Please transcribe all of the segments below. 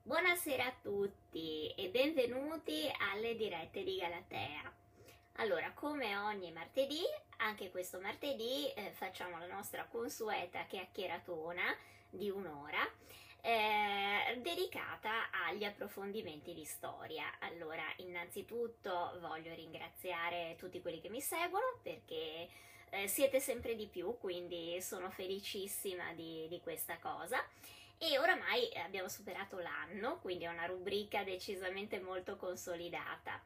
Buonasera a tutti e benvenuti alle dirette di Galatea. Allora, come ogni martedì, anche questo martedì facciamo la nostra consueta chiacchieratona di un'ora dedicata agli approfondimenti di storia. Allora, innanzitutto voglio ringraziare tutti quelli che mi seguono perché siete sempre di più, quindi sono felicissima di questa cosa. E oramai abbiamo superato l'anno, quindi è una rubrica decisamente molto consolidata.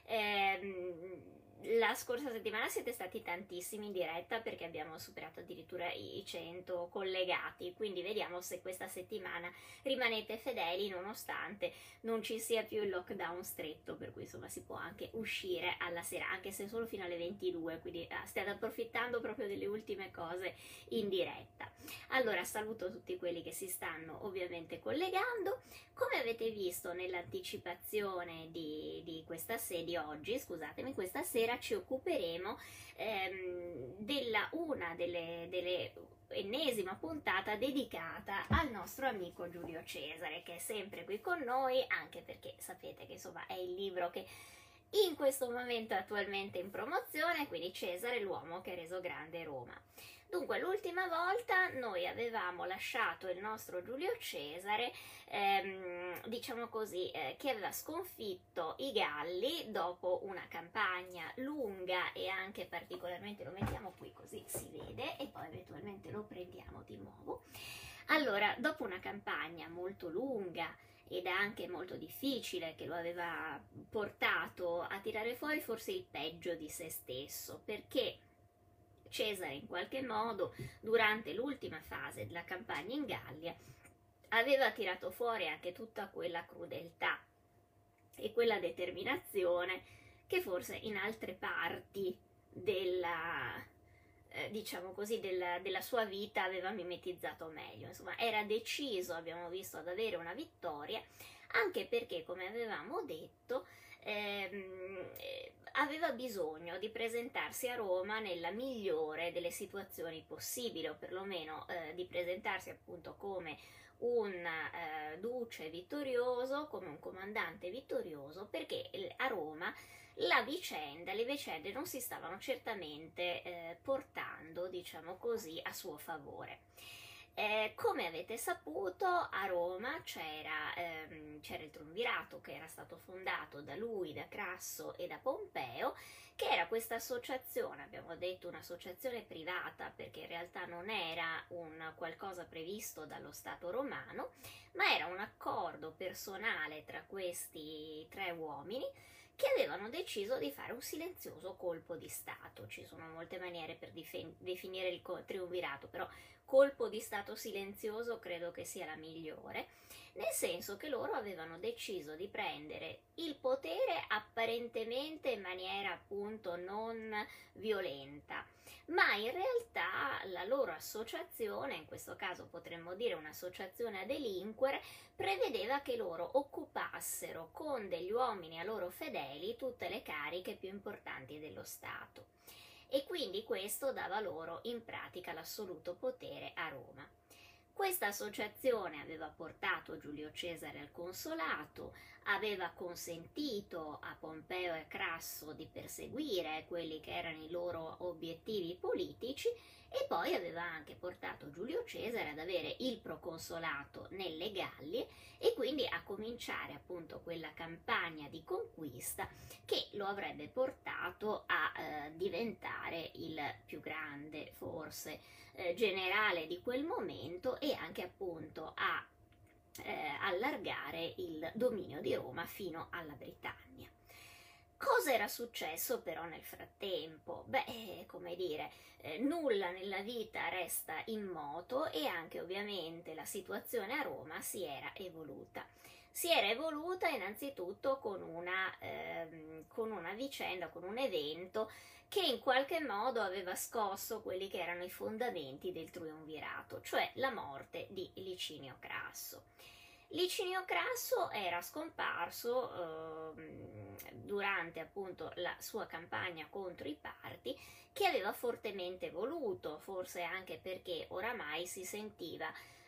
La scorsa settimana siete stati tantissimi in diretta perché abbiamo superato addirittura i 100 collegati, quindi vediamo se questa settimana rimanete fedeli nonostante non ci sia più il lockdown stretto, per cui insomma si può anche uscire alla sera, anche se solo fino alle 22, quindi state approfittando proprio delle ultime cose in diretta. Allora saluto tutti quelli che si stanno ovviamente collegando. Come avete visto nell'anticipazione di oggi, scusatemi, questa sera ci occuperemo della una delle ennesima puntata dedicata al nostro amico Giulio Cesare, che è sempre qui con noi, anche perché sapete che insomma è il libro che in questo momento è attualmente in promozione, quindi Cesare, l'uomo che ha reso grande Roma. Dunque, l'ultima volta noi avevamo lasciato il nostro Giulio Cesare, diciamo così, che aveva sconfitto i Galli dopo una campagna lunga e anche particolarmente, lo mettiamo qui così si vede e poi eventualmente lo prendiamo di nuovo. Allora, dopo una campagna molto lunga ed anche molto difficile, che lo aveva portato a tirare fuori forse il peggio di se stesso, perché Cesare in qualche modo durante l'ultima fase della campagna in Gallia aveva tirato fuori anche tutta quella crudeltà e quella determinazione che forse in altre parti diciamo così, della sua vita aveva mimetizzato meglio. Insomma, era deciso, abbiamo visto, ad avere una vittoria, anche perché, come avevamo detto, aveva bisogno di presentarsi a Roma nella migliore delle situazioni possibili, o perlomeno di presentarsi appunto come un duce vittorioso, come un comandante vittorioso, perché a Roma le vicende non si stavano certamente portando, diciamo così, a suo favore. Come avete saputo, a Roma c'era il Triumvirato, che era stato fondato da lui, da Crasso e da Pompeo, che era questa associazione, abbiamo detto un'associazione privata perché in realtà non era un qualcosa previsto dallo Stato romano, ma era un accordo personale tra questi tre uomini che avevano deciso di fare un silenzioso colpo di Stato. Ci sono molte maniere per definire il triumvirato, però colpo di Stato silenzioso credo che sia la migliore, nel senso che loro avevano deciso di prendere il potere apparentemente in maniera appunto non violenta, ma in realtà la loro associazione, in questo caso potremmo dire un'associazione a delinquere, prevedeva che loro occupassero con degli uomini a loro fedeli tutte le cariche più importanti dello Stato. E quindi questo dava loro in pratica l'assoluto potere a Roma. Questa associazione aveva portato Giulio Cesare al consolato, aveva consentito a Pompeo e Crasso di perseguire quelli che erano i loro obiettivi politici e poi aveva anche portato Giulio Cesare ad avere il proconsolato nelle Gallie e quindi a cominciare appunto quella campagna di conquista che lo avrebbe portato a diventare il più grande forse generale di quel momento e anche appunto a allargare il dominio di Roma fino alla Britannia. Cosa era successo però nel frattempo? Beh, come dire, nulla nella vita resta immoto e anche ovviamente la situazione a Roma si era evoluta. Si era evoluta innanzitutto con una vicenda, con un evento che in qualche modo aveva scosso quelli che erano i fondamenti del triumvirato, cioè la morte di Licinio Crasso. Licinio Crasso era scomparso durante appunto la sua campagna contro i Parti, che aveva fortemente voluto, forse anche perché oramai si sentiva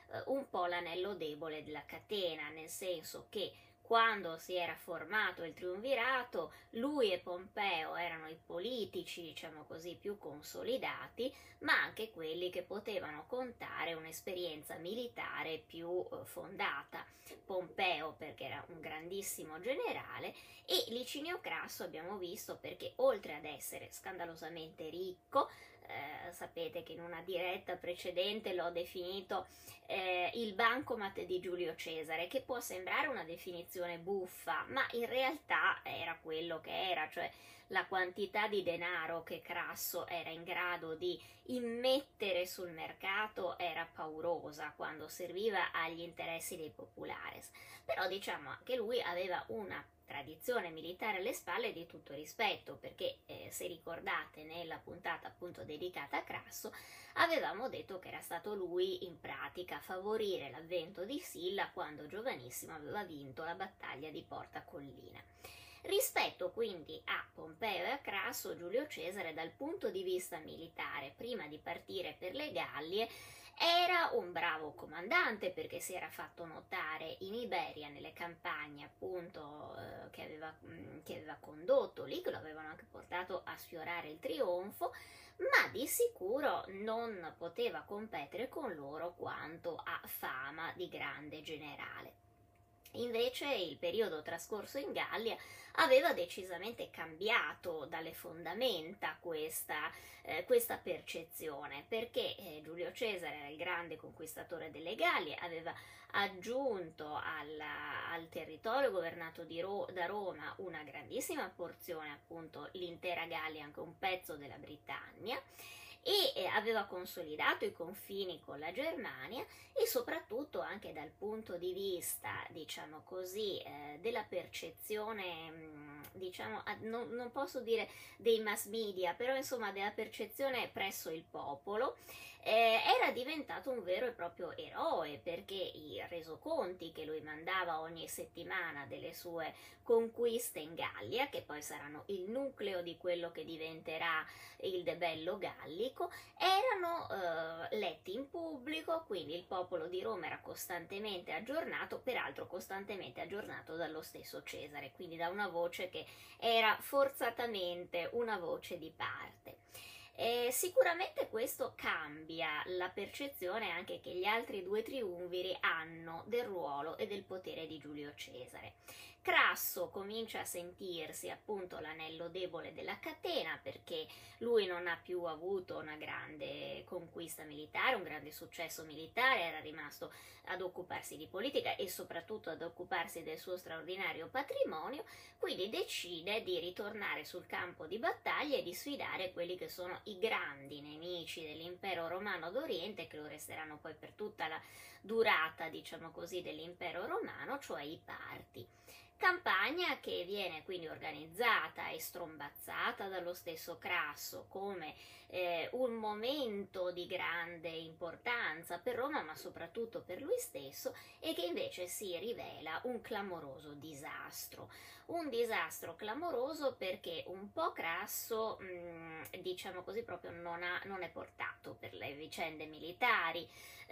un po' l'anello debole della catena, nel senso che quando si era formato il triumvirato, lui e Pompeo erano i politici, diciamo così, più consolidati, ma anche quelli che potevano contare un'esperienza militare più fondata. Pompeo perché era un grandissimo generale e Licinio Crasso abbiamo visto perché oltre ad essere scandalosamente ricco, sapete che in una diretta precedente l'ho definito il bancomat di Giulio Cesare, che può sembrare una definizione buffa, ma in realtà era quello che era, cioè la quantità di denaro che Crasso era in grado di immettere sul mercato era paurosa quando serviva agli interessi dei populares. Però diciamo che lui aveva una tradizione militare alle spalle di tutto rispetto, perché se ricordate nella puntata appunto dedicata a Crasso avevamo detto che era stato lui in pratica a favorire l'avvento di Silla quando giovanissimo aveva vinto la battaglia di Porta Collina. Rispetto quindi a Pompeo e a Crasso, Giulio Cesare dal punto di vista militare, prima di partire per le Gallie, era un bravo comandante perché si era fatto notare in Iberia nelle campagne appunto che aveva condotto lì, che lo avevano anche portato a sfiorare il trionfo, ma di sicuro non poteva competere con loro quanto a fama di grande generale. Invece il periodo trascorso in Gallia aveva decisamente cambiato dalle fondamenta questa percezione, perché Giulio Cesare era il grande conquistatore delle Gallie, aveva aggiunto al territorio governato da Roma una grandissima porzione, appunto l'intera Gallia, anche un pezzo della Britannia, e aveva consolidato i confini con la Germania e soprattutto anche dal punto di vista, diciamo così, della percezione, diciamo, non posso dire dei mass media, però insomma della percezione presso il popolo, era diventato un vero e proprio eroe, perché i resoconti che lui mandava ogni settimana delle sue conquiste in Gallia, che poi saranno il nucleo di quello che diventerà il debello gallico, erano letti in pubblico, quindi il popolo di Roma era costantemente aggiornato, peraltro costantemente aggiornato dallo stesso Cesare, quindi da una voce che era forzatamente una voce di parte. Sicuramente questo cambia la percezione anche che gli altri due triumviri hanno del ruolo e del potere di Giulio Cesare. Crasso comincia a sentirsi appunto l'anello debole della catena perché lui non ha più avuto una grande conquista militare, un grande successo militare, era rimasto ad occuparsi di politica e soprattutto ad occuparsi del suo straordinario patrimonio, quindi decide di ritornare sul campo di battaglia e di sfidare quelli che sono i grandi nemici dell'impero romano d'Oriente, che lo resteranno poi per tutta la durata, diciamo così, dell'impero romano, cioè i Parti. Campagna che viene quindi organizzata e strombazzata dallo stesso Crasso come un momento di grande importanza per Roma, ma soprattutto per lui stesso, e che invece si rivela un clamoroso disastro. Un disastro clamoroso perché un po' Crasso, diciamo così, proprio non è portato per le vicende militari,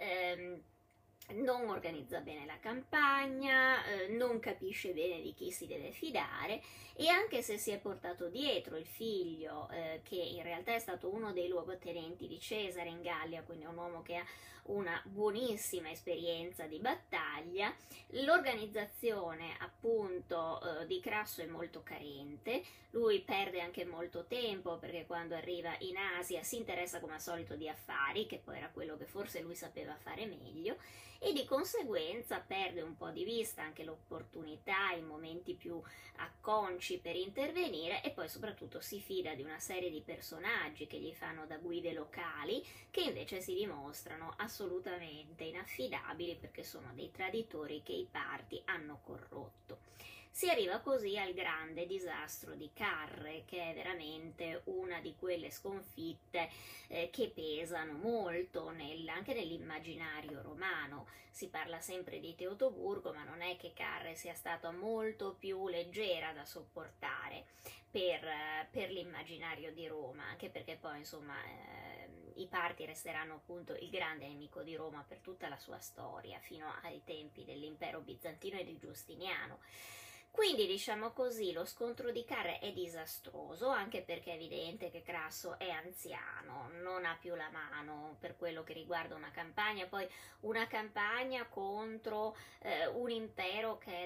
non organizza bene la campagna, non capisce bene di chi si deve fidare, e anche se si è portato dietro il figlio, che in realtà è stato uno dei luogotenenti di Cesare in Gallia, quindi è un uomo che ha una buonissima esperienza di battaglia, l'organizzazione appunto di Crasso è molto carente, lui perde anche molto tempo perché quando arriva in Asia si interessa come al solito di affari, che poi era quello che forse lui sapeva fare meglio, e di conseguenza perde un po' di vista anche l'opportunità in momenti più acconci per intervenire, e poi soprattutto si fida di una serie di personaggi che gli fanno da guide locali, che invece si dimostrano assolutamente inaffidabili perché sono dei traditori che i Parti hanno corrotto. Si arriva così al grande disastro di Carre, che è veramente una di quelle sconfitte che pesano molto anche nell'immaginario romano. Si parla sempre di Teutoburgo, ma non è che Carre sia stata molto più leggera da sopportare per l'immaginario di Roma, anche perché poi insomma i Parti resteranno appunto il grande nemico di Roma per tutta la sua storia, fino ai tempi dell'impero bizantino e di Giustiniano. Quindi diciamo così, lo scontro di Carre è disastroso, anche perché è evidente che Crasso è anziano, non ha più la mano per quello che riguarda una campagna, poi una campagna contro un impero che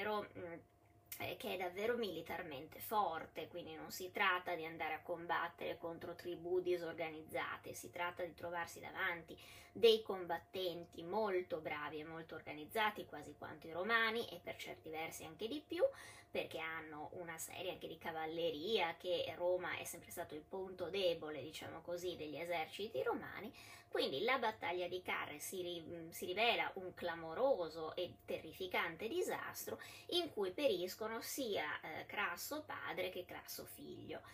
è davvero militarmente forte, quindi non si tratta di andare a combattere contro tribù disorganizzate, si tratta di trovarsi davanti dei combattenti molto bravi e molto organizzati, quasi quanto i romani e per certi versi anche di più, perché hanno una serie anche di cavalleria, che Roma è sempre stato il punto debole, diciamo così, degli eserciti romani. Quindi la battaglia di Carre si rivela un clamoroso e terrificante disastro in cui periscono sia Crasso padre che Crasso figlio.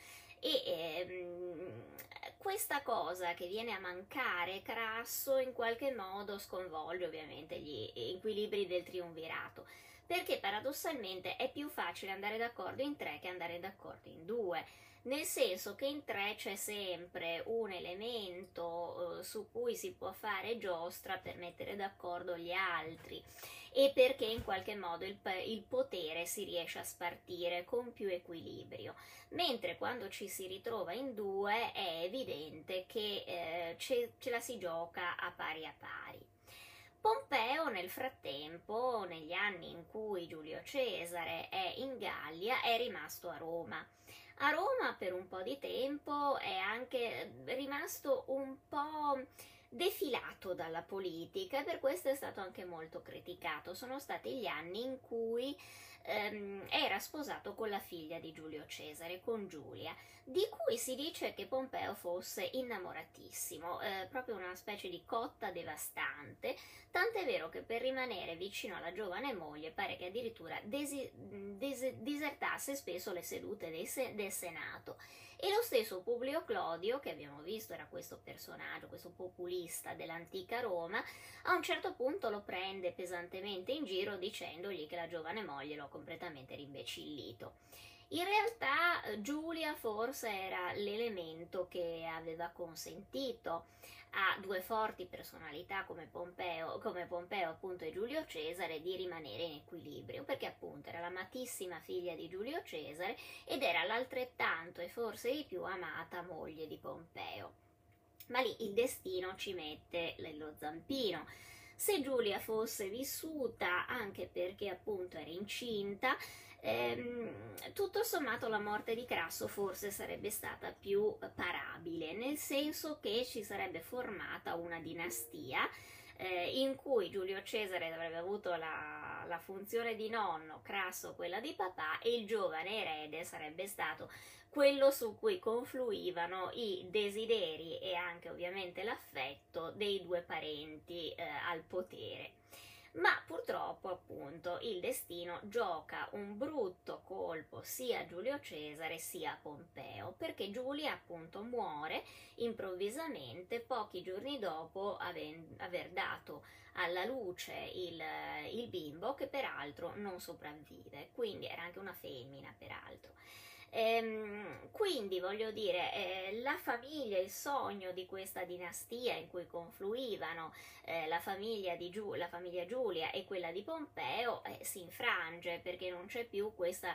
Questa cosa che viene a mancare Crasso in qualche modo sconvolge ovviamente gli equilibri del triumvirato, perché paradossalmente è più facile andare d'accordo in tre che andare d'accordo in due, nel senso che in tre c'è sempre un elemento su cui si può fare giostra per mettere d'accordo gli altri, e perché in qualche modo il potere si riesce a spartire con più equilibrio, mentre quando ci si ritrova in due è evidente che ce la si gioca a pari. Pompeo nel frattempo, negli anni in cui Giulio Cesare è in Gallia, è rimasto a Roma. A Roma per un po' di tempo è anche rimasto un po' defilato dalla politica e per questo è stato anche molto criticato. Sono stati gli anni in cui era sposato con la figlia di Giulio Cesare, con Giulia, di cui si dice che Pompeo fosse innamoratissimo, proprio una specie di cotta devastante, tant'è vero che per rimanere vicino alla giovane moglie pare che addirittura disertasse spesso le sedute del Senato. E lo stesso Publio Clodio, che abbiamo visto era questo personaggio, questo populista dell'antica Roma, a un certo punto lo prende pesantemente in giro dicendogli che la giovane moglie lo ha completamente rimbecillito. In realtà Giulia forse era l'elemento che aveva consentito a due forti personalità come Pompeo appunto e Giulio Cesare di rimanere in equilibrio, perché appunto era l'amatissima figlia di Giulio Cesare ed era l'altrettanto e forse di più amata moglie di Pompeo. Ma lì il destino ci mette lo zampino. Se Giulia fosse vissuta, anche perché appunto era incinta, tutto sommato la morte di Crasso forse sarebbe stata più parabile, nel senso che ci sarebbe formata una dinastia in cui Giulio Cesare avrebbe avuto la funzione di nonno, Crasso quella di papà, e il giovane erede sarebbe stato quello su cui confluivano i desideri e anche ovviamente l'affetto dei due parenti al potere. Ma purtroppo appunto il destino gioca un brutto colpo sia a Giulio Cesare sia a Pompeo, perché Giulia appunto muore improvvisamente pochi giorni dopo aver dato alla luce il bimbo, che peraltro non sopravvive, quindi era anche una femmina peraltro. Quindi voglio dire, la famiglia, il sogno di questa dinastia in cui confluivano la famiglia Giulia e quella di Pompeo si infrange, perché non c'è più questa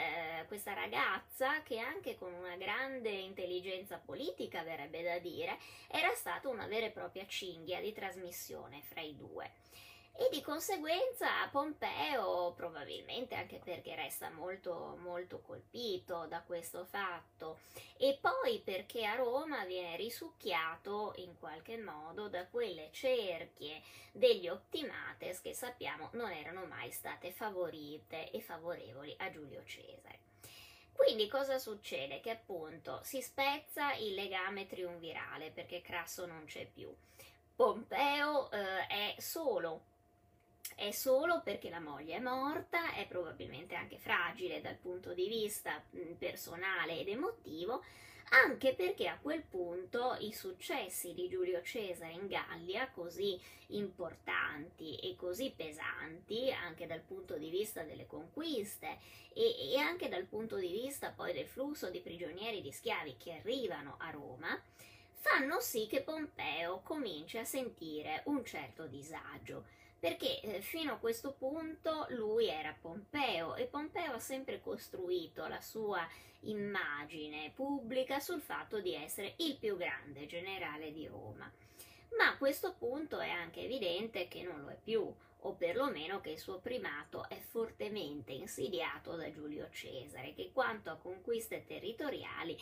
ragazza che anche con una grande intelligenza politica, verrebbe da dire, era stata una vera e propria cinghia di trasmissione fra i due. E di conseguenza Pompeo, probabilmente anche perché resta molto, molto colpito da questo fatto, e poi perché a Roma viene risucchiato in qualche modo da quelle cerchie degli Optimates che sappiamo non erano mai state favorite e favorevoli a Giulio Cesare. Quindi cosa succede? Che appunto si spezza il legame triumvirale perché Crasso non c'è più. Pompeo è solo è solo perché la moglie è morta, è probabilmente anche fragile dal punto di vista personale ed emotivo, anche perché a quel punto i successi di Giulio Cesare in Gallia, così importanti e così pesanti, anche dal punto di vista delle conquiste e anche dal punto di vista poi del flusso di prigionieri di schiavi che arrivano a Roma, fanno sì che Pompeo cominci a sentire un certo disagio, perché fino a questo punto lui era Pompeo e Pompeo ha sempre costruito la sua immagine pubblica sul fatto di essere il più grande generale di Roma. Ma a questo punto è anche evidente che non lo è più, o perlomeno che il suo primato è fortemente insidiato da Giulio Cesare, che quanto a conquiste territoriali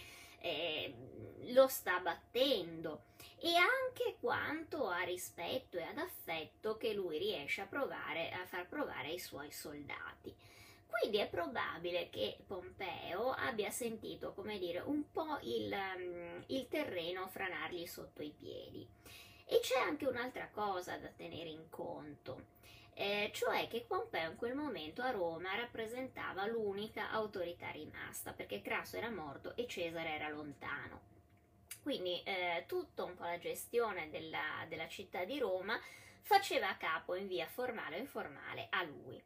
lo sta battendo, e anche quanto a rispetto e ad affetto che lui riesce a far provare ai suoi soldati. Quindi è probabile che Pompeo abbia sentito, come dire, un po' il terreno franargli sotto i piedi. E c'è anche un'altra cosa da tenere in conto, cioè che Pompeo in quel momento a Roma rappresentava l'unica autorità rimasta, perché Crasso era morto e Cesare era lontano. Quindi tutta un po' la gestione della città di Roma faceva a capo in via formale o informale a lui.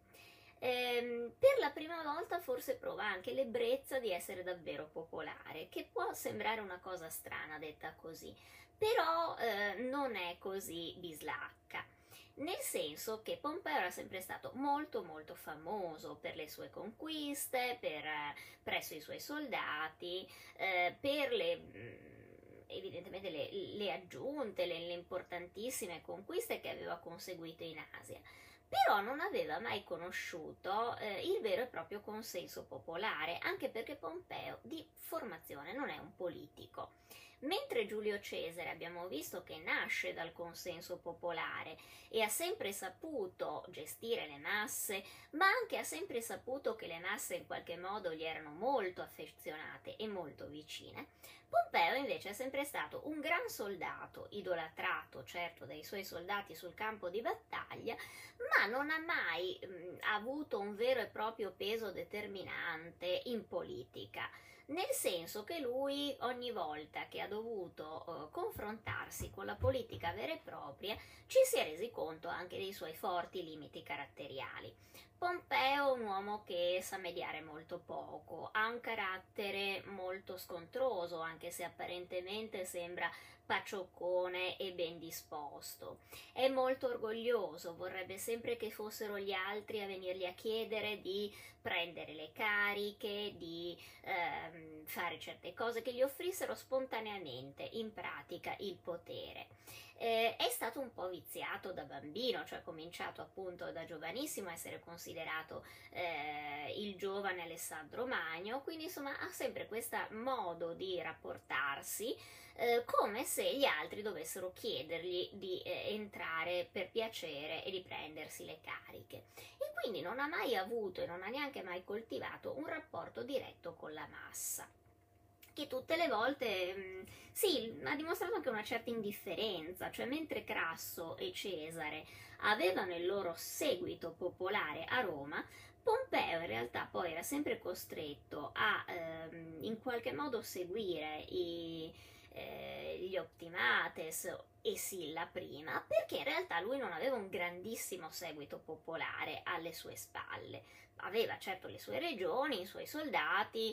Per la prima volta forse prova anche l'ebbrezza di essere davvero popolare, che può sembrare una cosa strana detta così, però non è così bislacca. Nel senso che Pompeo era sempre stato molto molto famoso per le sue conquiste, presso i suoi soldati, per evidentemente le aggiunte, le importantissime conquiste che aveva conseguito in Asia. Però non aveva mai conosciuto il vero e proprio consenso popolare, anche perché Pompeo di formazione non è un politico. Mentre Giulio Cesare abbiamo visto che nasce dal consenso popolare e ha sempre saputo gestire le masse, ma anche ha sempre saputo che le masse in qualche modo gli erano molto affezionate e molto vicine, Pompeo invece è sempre stato un gran soldato, idolatrato certo dai suoi soldati sul campo di battaglia, ma non ha mai avuto un vero e proprio peso determinante in politica, nel senso che lui ogni volta che ha dovuto confrontarsi con la politica vera e propria ci si è resi conto anche dei suoi forti limiti caratteriali. Pompeo è un uomo che sa mediare molto poco, ha un carattere molto scontroso, anche se apparentemente sembra paccioccone e ben disposto. È molto orgoglioso, vorrebbe sempre che fossero gli altri a venirgli a chiedere di prendere le cariche, di fare certe cose, che gli offrissero spontaneamente, in pratica, il potere. È stato un po' viziato da bambino, cioè ha cominciato appunto da giovanissimo a essere considerato il giovane Alessandro Magno, quindi insomma ha sempre questo modo di rapportarsi come se gli altri dovessero chiedergli di entrare per piacere e di prendersi le cariche. E quindi non ha mai avuto e non ha neanche mai coltivato un rapporto diretto con la massa, che tutte le volte sì, ha dimostrato anche una certa indifferenza, cioè mentre Crasso e Cesare avevano il loro seguito popolare a Roma, Pompeo in realtà poi era sempre costretto a in qualche modo seguire gli Optimates e Silla prima, perché in realtà lui non aveva un grandissimo seguito popolare alle sue spalle. Aveva certo le sue regioni, i suoi soldati,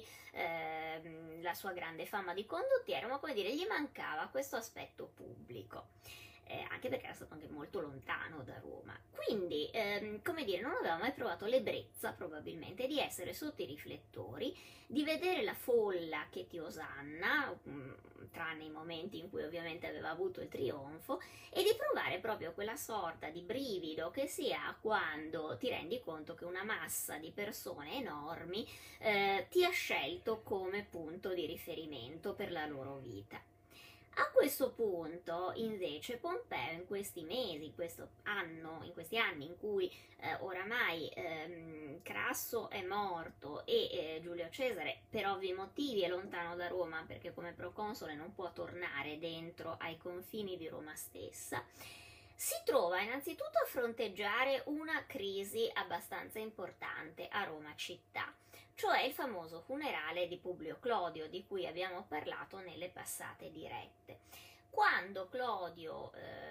la sua grande fama di condottiero, ma come dire, gli mancava questo aspetto pubblico. Anche perché era stato anche molto lontano da Roma. Quindi, come dire, non aveva mai provato l'ebbrezza, probabilmente, di essere sotto i riflettori, di vedere la folla che ti osanna, tranne i momenti in cui ovviamente aveva avuto il trionfo, e di provare proprio quella sorta di brivido che si ha quando ti rendi conto che una massa di persone enormi ti ha scelto come punto di riferimento per la loro vita. A questo punto, invece, Pompeo in questi mesi, in questi anni in cui oramai Crasso è morto e Giulio Cesare per ovvi motivi è lontano da Roma, perché come proconsole non può tornare dentro ai confini di Roma stessa, si trova innanzitutto a fronteggiare una crisi abbastanza importante a Roma città, cioè il famoso funerale di Publio Clodio, di cui abbiamo parlato nelle passate dirette. Quando Clodio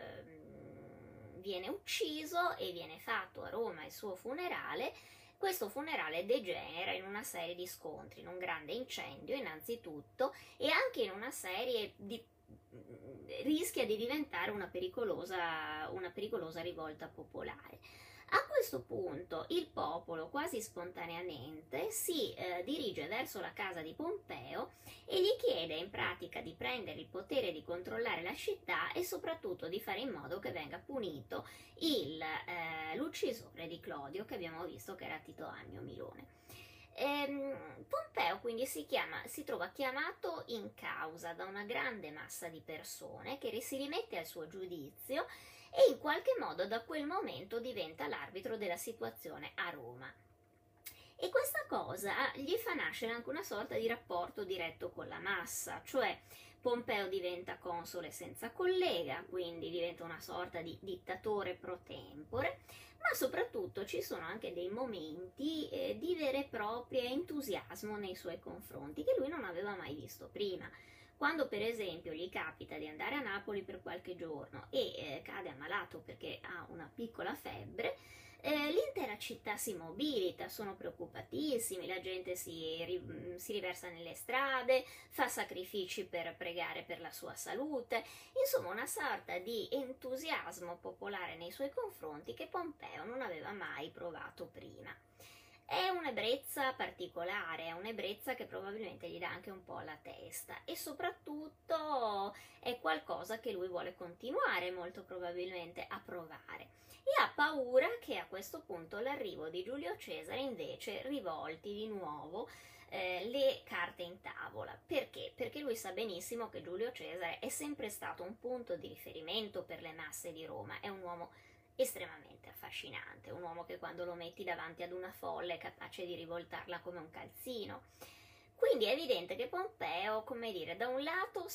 viene ucciso e viene fatto a Roma il suo funerale, questo funerale degenera in una serie di scontri, in un grande incendio innanzitutto, e anche in una serie di rischia di diventare una pericolosa rivolta popolare. A questo punto il popolo quasi spontaneamente si dirige verso la casa di Pompeo e gli chiede in pratica di prendere il potere di controllare la città e soprattutto di fare in modo che venga punito l'uccisore di Clodio, che abbiamo visto che era Tito Annio Milone. Pompeo quindi si trova chiamato in causa da una grande massa di persone che si rimette al suo giudizio e in qualche modo da quel momento diventa l'arbitro della situazione a Roma. E questa cosa gli fa nascere anche una sorta di rapporto diretto con la massa, cioè Pompeo diventa console senza collega, quindi diventa una sorta di dittatore pro tempore, ma soprattutto ci sono anche dei momenti di vero e proprio entusiasmo nei suoi confronti che lui non aveva mai visto prima. Quando per esempio gli capita di andare a Napoli per qualche giorno e cade ammalato perché ha una piccola febbre, l'intera città si mobilita, sono preoccupatissimi, la gente si riversa nelle strade, fa sacrifici per pregare per la sua salute, insomma una sorta di entusiasmo popolare nei suoi confronti che Pompeo non aveva mai provato prima. È un'ebbrezza particolare, è un'ebbrezza che probabilmente gli dà anche un po' alla testa e soprattutto è qualcosa che lui vuole continuare molto probabilmente a provare e ha paura che a questo punto l'arrivo di Giulio Cesare invece rivolti di nuovo le carte in tavola. Perché? Perché lui sa benissimo che Giulio Cesare è sempre stato un punto di riferimento per le masse di Roma, è un uomo estremamente affascinante, un uomo che quando lo metti davanti ad una folla è capace di rivoltarla come un calzino. Quindi è evidente che Pompeo, come dire, da un lato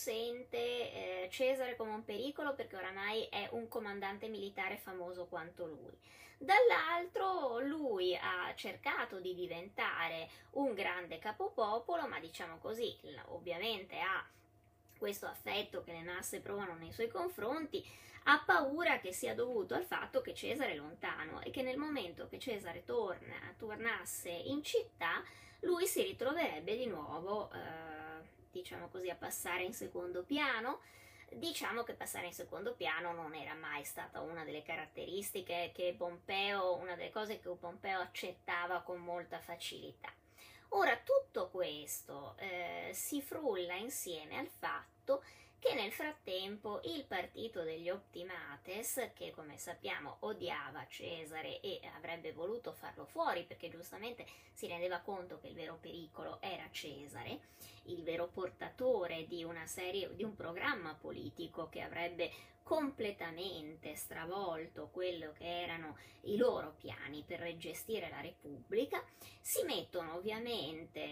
sente Cesare come un pericolo perché oramai è un comandante militare famoso quanto lui. Dall'altro lui ha cercato di diventare un grande capopopolo, ma diciamo così, ovviamente ha questo affetto che le masse provano nei suoi confronti, ha paura che sia dovuto al fatto che Cesare è lontano e che nel momento che Cesare tornasse in città, lui si ritroverebbe di nuovo, diciamo così, a passare in secondo piano. Diciamo che passare in secondo piano non era mai stata una delle caratteristiche che Pompeo, una delle cose che Pompeo accettava con molta facilità. Ora, tutto questo si frulla insieme al fatto che nel frattempo il partito degli Optimates, che come sappiamo odiava Cesare e avrebbe voluto farlo fuori perché giustamente si rendeva conto che il vero pericolo era Cesare, il vero portatore di un programma politico che avrebbe completamente stravolto quello che erano i loro piani per gestire la Repubblica, si mettono ovviamente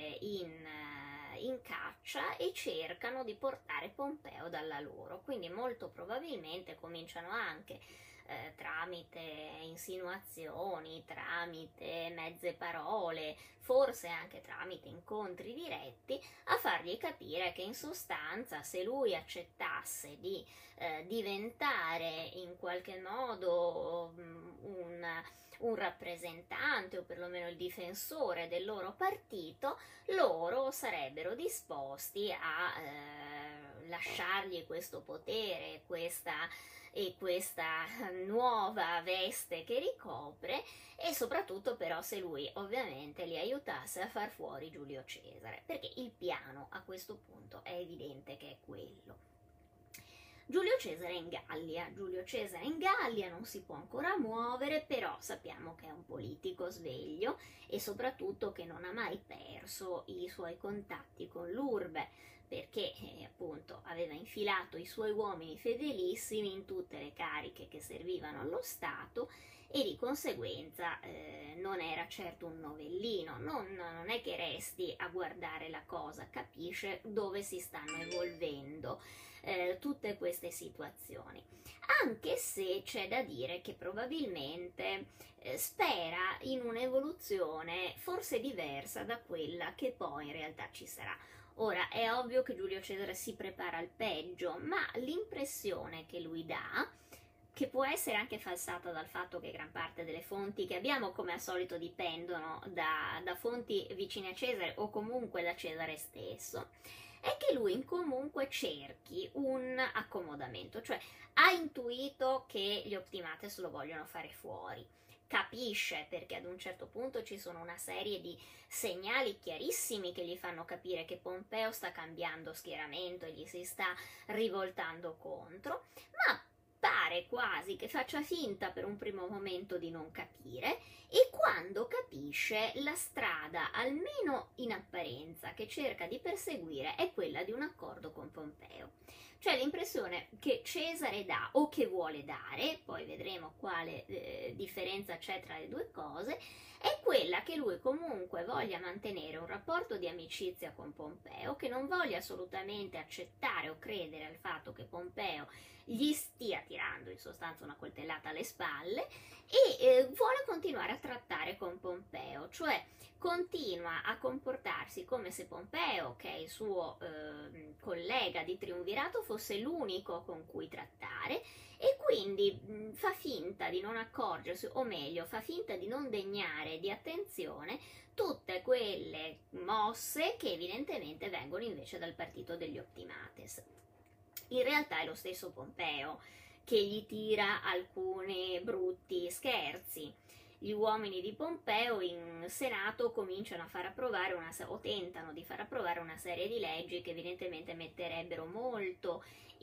in caccia e cercano di portare Pompeo dalla loro, quindi molto probabilmente cominciano anche tramite insinuazioni, tramite mezze parole, forse anche tramite incontri diretti, a fargli capire che in sostanza se lui accettasse di diventare in qualche modo un rappresentante o perlomeno il difensore del loro partito, loro sarebbero disposti a lasciargli questo potere, questa nuova veste che ricopre e soprattutto però se lui ovviamente li aiutasse a far fuori Giulio Cesare, perché il piano a questo punto è evidente che è quello. Giulio Cesare è in Gallia, non si può ancora muovere, però sappiamo che è un politico sveglio e soprattutto che non ha mai perso i suoi contatti con l'urbe, perché appunto aveva infilato i suoi uomini fedelissimi in tutte le cariche che servivano allo Stato e di conseguenza non era certo un novellino, non è che resti a guardare la cosa, capisce dove si stanno evolvendo tutte queste situazioni. Anche se c'è da dire che probabilmente spera in un'evoluzione forse diversa da quella che poi in realtà ci sarà. Ora, è ovvio che Giulio Cesare si prepara al peggio, ma l'impressione che lui dà, che può essere anche falsata dal fatto che gran parte delle fonti che abbiamo, come al solito, dipendono da fonti vicine a Cesare o comunque da Cesare stesso, è che lui comunque cerchi un accomodamento, cioè ha intuito che gli Optimates lo vogliono fare fuori, capisce perché ad un certo punto ci sono una serie di segnali chiarissimi che gli fanno capire che Pompeo sta cambiando schieramento e gli si sta rivoltando contro, ma pare quasi che faccia finta per un primo momento di non capire, e quando capisce la strada, almeno in apparenza, che cerca di perseguire è quella di un accordo con Pompeo. Cioè l'impressione che Cesare dà o che vuole dare, poi vedremo quale differenza c'è tra le due cose, è quella che lui comunque voglia mantenere un rapporto di amicizia con Pompeo, che non voglia assolutamente accettare o credere al fatto che Pompeo gli stia tirando in sostanza una coltellata alle spalle, e vuole continuare a trattare con Pompeo, cioè continua a comportarsi come se Pompeo, che è il suo collega di triumvirato, fosse l'unico con cui trattare, e quindi fa finta di non accorgersi, o meglio, fa finta di non degnare di attenzione tutte quelle mosse che evidentemente vengono invece dal partito degli Optimates. In realtà è lo stesso Pompeo che gli tira alcuni brutti scherzi. Gli uomini di Pompeo in Senato cominciano a far approvare o tentano di far approvare una serie di leggi che evidentemente metterebbero molto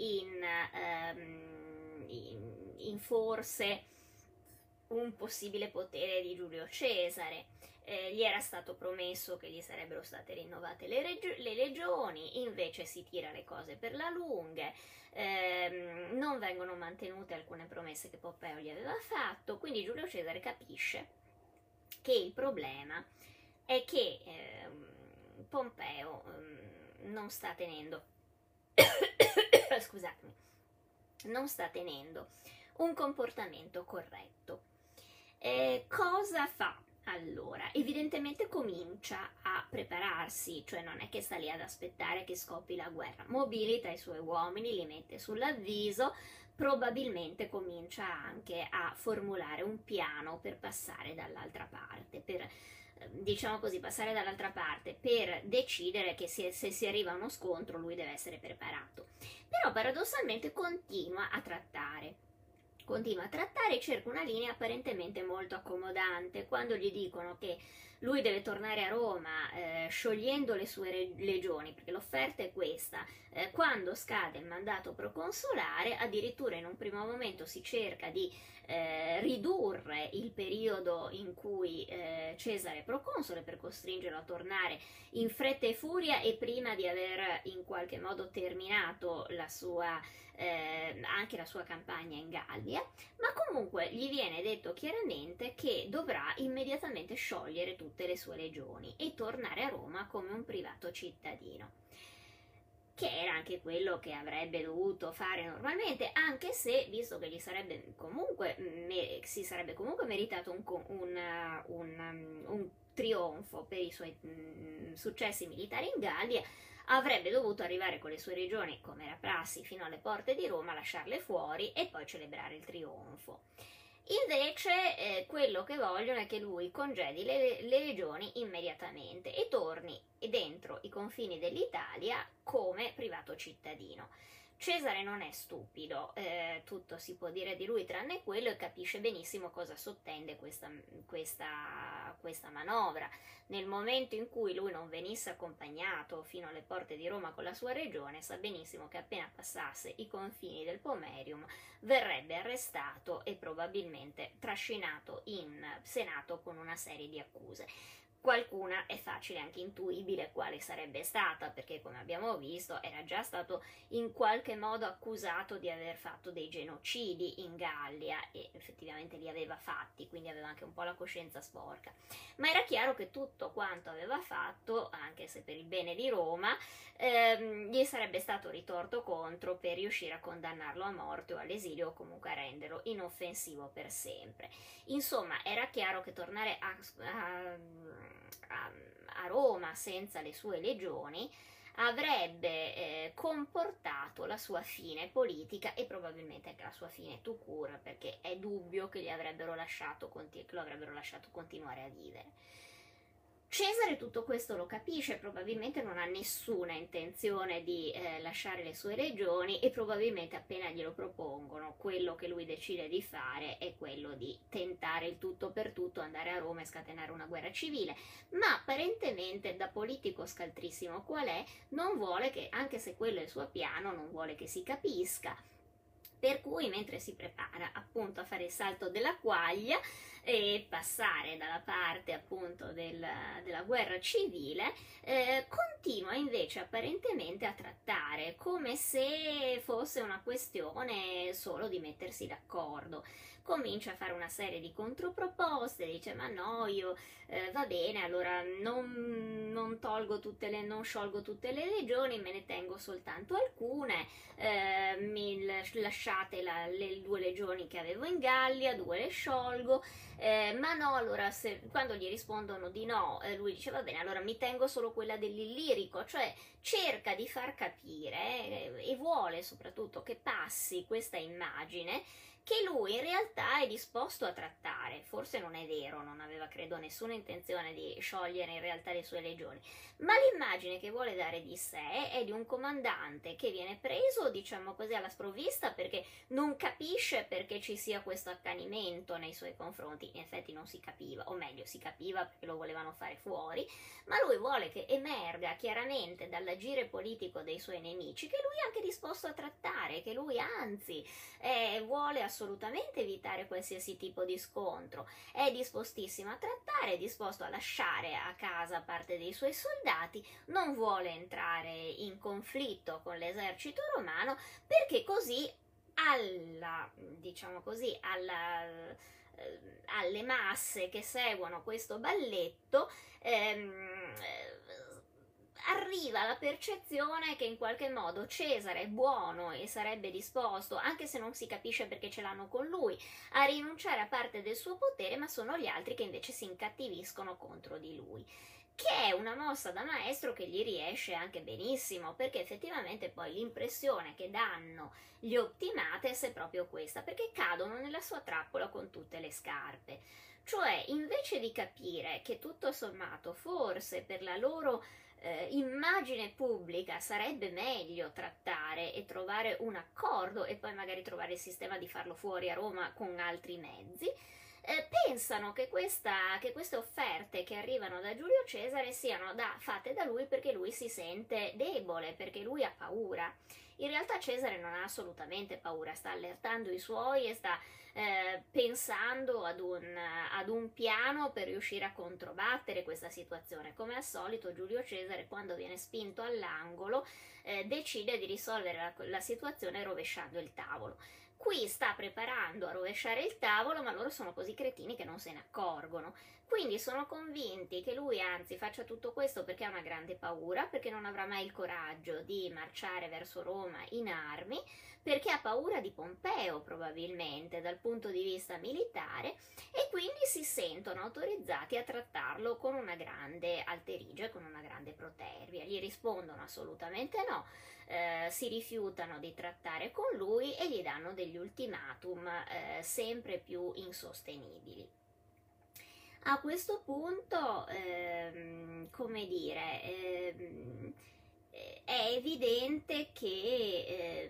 in forse un possibile potere di Giulio Cesare. Gli era stato promesso che gli sarebbero state rinnovate le legioni, invece si tira le cose per la lunga, non vengono mantenute alcune promesse che Pompeo gli aveva fatto, quindi Giulio Cesare capisce che il problema è che Pompeo non sta tenendo scusatemi, non sta tenendo un comportamento corretto. Cosa fa? Allora, evidentemente comincia a prepararsi, cioè non è che sta lì ad aspettare che scoppi la guerra, mobilita i suoi uomini, li mette sull'avviso, probabilmente comincia anche a formulare un piano per passare dall'altra parte, per diciamo così, passare dall'altra parte, per decidere che se si arriva a uno scontro lui deve essere preparato. Però paradossalmente continua a trattare e cerca una linea apparentemente molto accomodante. Quando gli dicono che lui deve tornare a Roma sciogliendo le sue legioni, perché l'offerta è questa, quando scade il mandato proconsolare, addirittura in un primo momento si cerca di ridurre il periodo in cui Cesare è proconsole per costringerlo a tornare in fretta e furia e prima di aver in qualche modo terminato anche la sua campagna in Gallia, ma comunque gli viene detto chiaramente che dovrà immediatamente sciogliere tutte le sue legioni e tornare a Roma come un privato cittadino, che era anche quello che avrebbe dovuto fare normalmente, anche se, visto che si sarebbe comunque meritato un trionfo per i suoi successi militari in Gallia, avrebbe dovuto arrivare con le sue regioni, come era prassi, fino alle porte di Roma, lasciarle fuori e poi celebrare il trionfo. Invece quello che vogliono è che lui congedi le legioni immediatamente e torni dentro i confini dell'Italia come privato cittadino. Cesare non è stupido, tutto si può dire di lui tranne quello, e capisce benissimo cosa sottende questa manovra. Nel momento in cui lui non venisse accompagnato fino alle porte di Roma con la sua regione, sa benissimo che appena passasse i confini del Pomerium verrebbe arrestato e probabilmente trascinato in Senato con una serie di accuse. qualcuna è facile anche intuibile quale sarebbe stata, perché come abbiamo visto era già stato in qualche modo accusato di aver fatto dei genocidi in Gallia e effettivamente li aveva fatti, quindi aveva anche un po' la coscienza sporca. Ma era chiaro che tutto quanto aveva fatto, anche se per il bene di Roma, gli sarebbe stato ritorto contro per riuscire a condannarlo a morte o all'esilio o comunque a renderlo inoffensivo per sempre. Insomma, era chiaro che tornare a Roma senza le sue legioni avrebbe comportato la sua fine politica e probabilmente anche la sua fine tout court, perché è dubbio che lo avrebbero lasciato continuare a vivere. Cesare tutto questo lo capisce, probabilmente non ha nessuna intenzione di lasciare le sue legioni e probabilmente appena glielo propongono, quello che lui decide di fare è quello di tentare il tutto per tutto, andare a Roma e scatenare una guerra civile, ma apparentemente da politico scaltrissimo qual è, non vuole che, anche se quello è il suo piano, non vuole che si capisca. Per cui mentre si prepara appunto a fare il salto della quaglia e passare dalla parte appunto della guerra civile, continua invece apparentemente a trattare come se fosse una questione solo di mettersi d'accordo. Comincia a fare una serie di controproposte, dice ma no, io va bene, allora non sciolgo tutte le legioni, me ne tengo soltanto alcune, mi lasciate le 2 legioni che avevo in Gallia, 2 le sciolgo, ma no, allora quando gli rispondono di no, lui dice va bene, allora mi tengo solo quella dell'Illirico, cioè cerca di far capire e vuole soprattutto che passi questa immagine che lui in realtà è disposto a trattare. Forse non è vero, non aveva credo nessuna intenzione di sciogliere in realtà le sue legioni, ma l'immagine che vuole dare di sé è di un comandante che viene preso, diciamo così, alla sprovvista perché non capisce perché ci sia questo accanimento nei suoi confronti. In effetti non si capiva, o meglio si capiva perché lo volevano fare fuori, ma lui vuole che emerga chiaramente dall'agire politico dei suoi nemici che lui è anche disposto a trattare, che lui anzi vuole assolutamente evitare qualsiasi tipo di scontro, è dispostissimo a trattare, è disposto a lasciare a casa parte dei suoi soldati, non vuole entrare in conflitto con l'esercito romano perché così alle masse che seguono questo balletto arriva la percezione che in qualche modo Cesare è buono e sarebbe disposto, anche se non si capisce perché ce l'hanno con lui, a rinunciare a parte del suo potere, ma sono gli altri che invece si incattiviscono contro di lui. Che è una mossa da maestro che gli riesce anche benissimo, perché effettivamente poi l'impressione che danno gli Optimates è proprio questa, perché cadono nella sua trappola con tutte le scarpe. Cioè, invece di capire che tutto sommato forse per la loro immagine pubblica sarebbe meglio trattare e trovare un accordo e poi magari trovare il sistema di farlo fuori a Roma con altri mezzi, pensano che queste offerte che arrivano da Giulio Cesare siano fatte da lui perché lui si sente debole, perché lui ha paura. In realtà Cesare non ha assolutamente paura, sta allertando i suoi e sta pensando ad un piano per riuscire a controbattere questa situazione. Come al solito Giulio Cesare, quando viene spinto all'angolo, decide di risolvere la situazione rovesciando il tavolo. Qui sta preparando a rovesciare il tavolo, ma loro sono così cretini che non se ne accorgono. Quindi sono convinti che lui anzi faccia tutto questo perché ha una grande paura, perché non avrà mai il coraggio di marciare verso Roma in armi, perché ha paura di Pompeo probabilmente dal punto di vista militare e quindi si sentono autorizzati a trattarlo con una grande alterigia, con una grande protervia. Gli rispondono assolutamente no, si rifiutano di trattare con lui e gli danno degli ultimatum sempre più insostenibili. A questo punto, come dire, è evidente che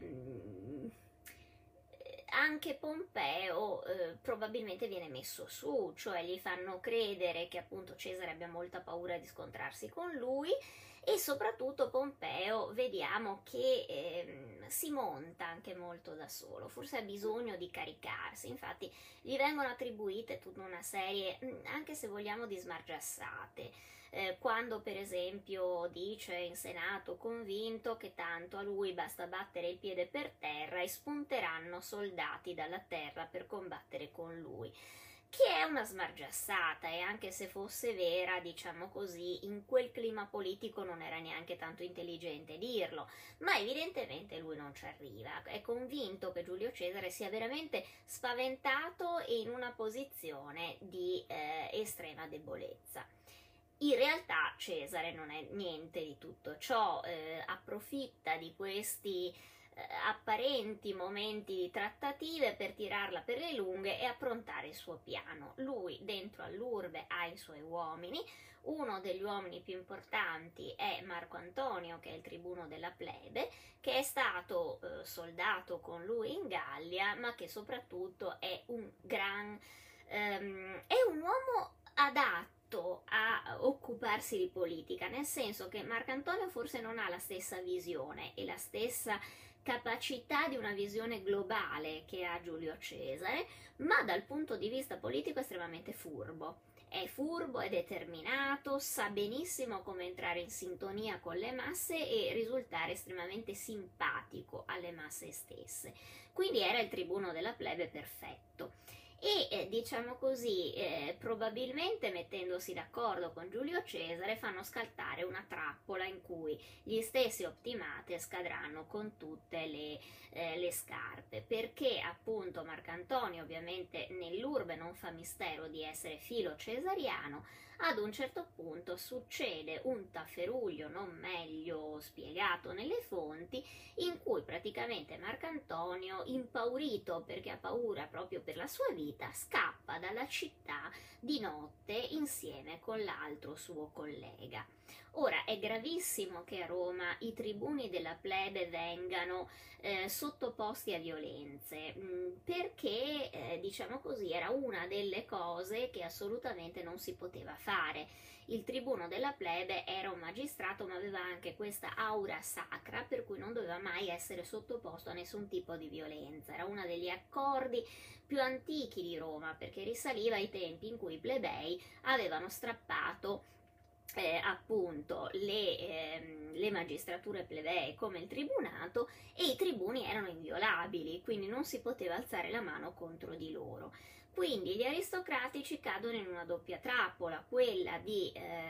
anche Pompeo probabilmente viene messo su, cioè gli fanno credere che appunto Cesare abbia molta paura di scontrarsi con lui e soprattutto Pompeo vediamo che si monta anche molto da solo, forse ha bisogno di caricarsi, infatti gli vengono attribuite tutta una serie, anche se vogliamo, di smargiassate. Quando per esempio dice in Senato convinto che tanto a lui basta battere il piede per terra e spunteranno soldati dalla terra per combattere con lui, che è una smargiassata, e anche se fosse vera, diciamo così, in quel clima politico non era neanche tanto intelligente dirlo, ma evidentemente lui non ci arriva, è convinto che Giulio Cesare sia veramente spaventato e in una posizione di estrema debolezza. In realtà Cesare non è niente di tutto ciò, approfitta di questi apparenti momenti di trattative per tirarla per le lunghe e approntare il suo piano. Lui dentro all'urbe ha i suoi uomini, uno degli uomini più importanti è Marco Antonio, che è il tribuno della plebe, che è stato soldato con lui in Gallia, ma che soprattutto è un uomo adatto a occuparsi di politica, nel senso che Marco Antonio forse non ha la stessa visione e la stessa capacità di una visione globale che ha Giulio Cesare, ma dal punto di vista politico è estremamente furbo. È furbo, è determinato, sa benissimo come entrare in sintonia con le masse e risultare estremamente simpatico alle masse stesse. Quindi era il tribuno della plebe perfetto. E diciamo così, probabilmente mettendosi d'accordo con Giulio Cesare fanno scattare una trappola in cui gli stessi Optimates cadranno con tutte le scarpe, perché appunto Marcantonio ovviamente nell'urbe non fa mistero di essere filo cesariano. Ad un certo punto succede un tafferuglio non meglio spiegato nelle fonti, in cui praticamente Marcantonio, impaurito perché ha paura proprio per la sua vita, scappa dalla città di notte insieme con l'altro suo collega. Ora è gravissimo che a Roma i tribuni della plebe vengano sottoposti a violenze, perché diciamo così era una delle cose che assolutamente non si poteva fare. Il tribuno della plebe era un magistrato, ma aveva anche questa aura sacra, per cui non doveva mai essere sottoposto a nessun tipo di violenza. Era uno degli accordi più antichi di Roma, perché risaliva ai tempi in cui i plebei avevano strappato appunto le magistrature plebee come il tribunato, e i tribuni erano inviolabili, quindi non si poteva alzare la mano contro di loro. Quindi gli aristocratici cadono in una doppia trappola, quella di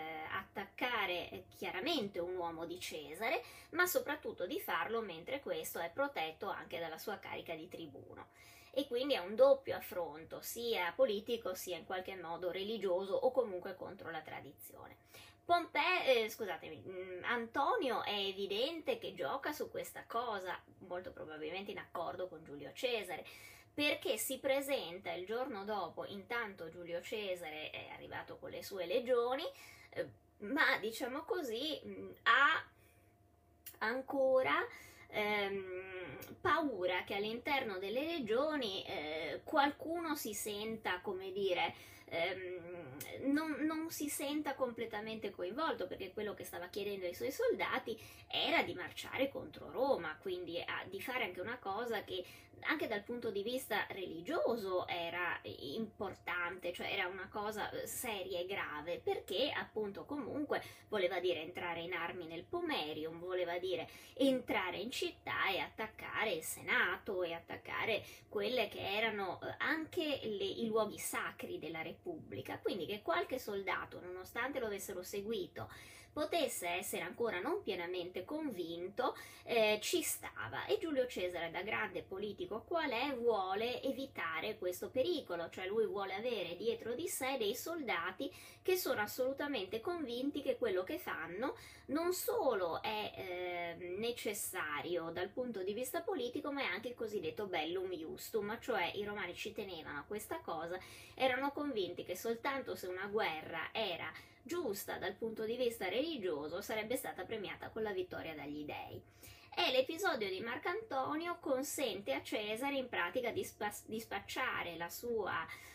attaccare chiaramente un uomo di Cesare, ma soprattutto di farlo mentre questo è protetto anche dalla sua carica di tribuno. E quindi è un doppio affronto, sia politico sia in qualche modo religioso o comunque contro la tradizione. Antonio è evidente che gioca su questa cosa, molto probabilmente in accordo con Giulio Cesare, perché si presenta il giorno dopo, intanto Giulio Cesare è arrivato con le sue legioni, ma diciamo così ha ancora paura che all'interno delle legioni qualcuno si senta, come dire, non si senta completamente coinvolto, perché quello che stava chiedendo ai suoi soldati era di marciare contro Roma, quindi di fare anche una cosa che anche dal punto di vista religioso era importante, cioè era una cosa seria e grave, perché appunto comunque voleva dire entrare in armi nel Pomerium, voleva dire entrare in città e attaccare il Senato e attaccare quelle che erano anche i luoghi sacri della Repubblica, quindi che qualche soldato, nonostante lo avessero seguito, potesse essere ancora non pienamente convinto, ci stava. E Giulio Cesare, da grande politico qual è, vuole evitare questo pericolo, cioè lui vuole avere dietro di sé dei soldati che sono assolutamente convinti che quello che fanno non solo è necessario dal punto di vista politico, ma è anche il cosiddetto bellum iustum, cioè i romani ci tenevano a questa cosa, erano convinti che soltanto se una guerra era giusta dal punto di vista religioso sarebbe stata premiata con la vittoria dagli dei. E l'episodio di Marcantonio consente a Cesare in pratica di spacciare la sua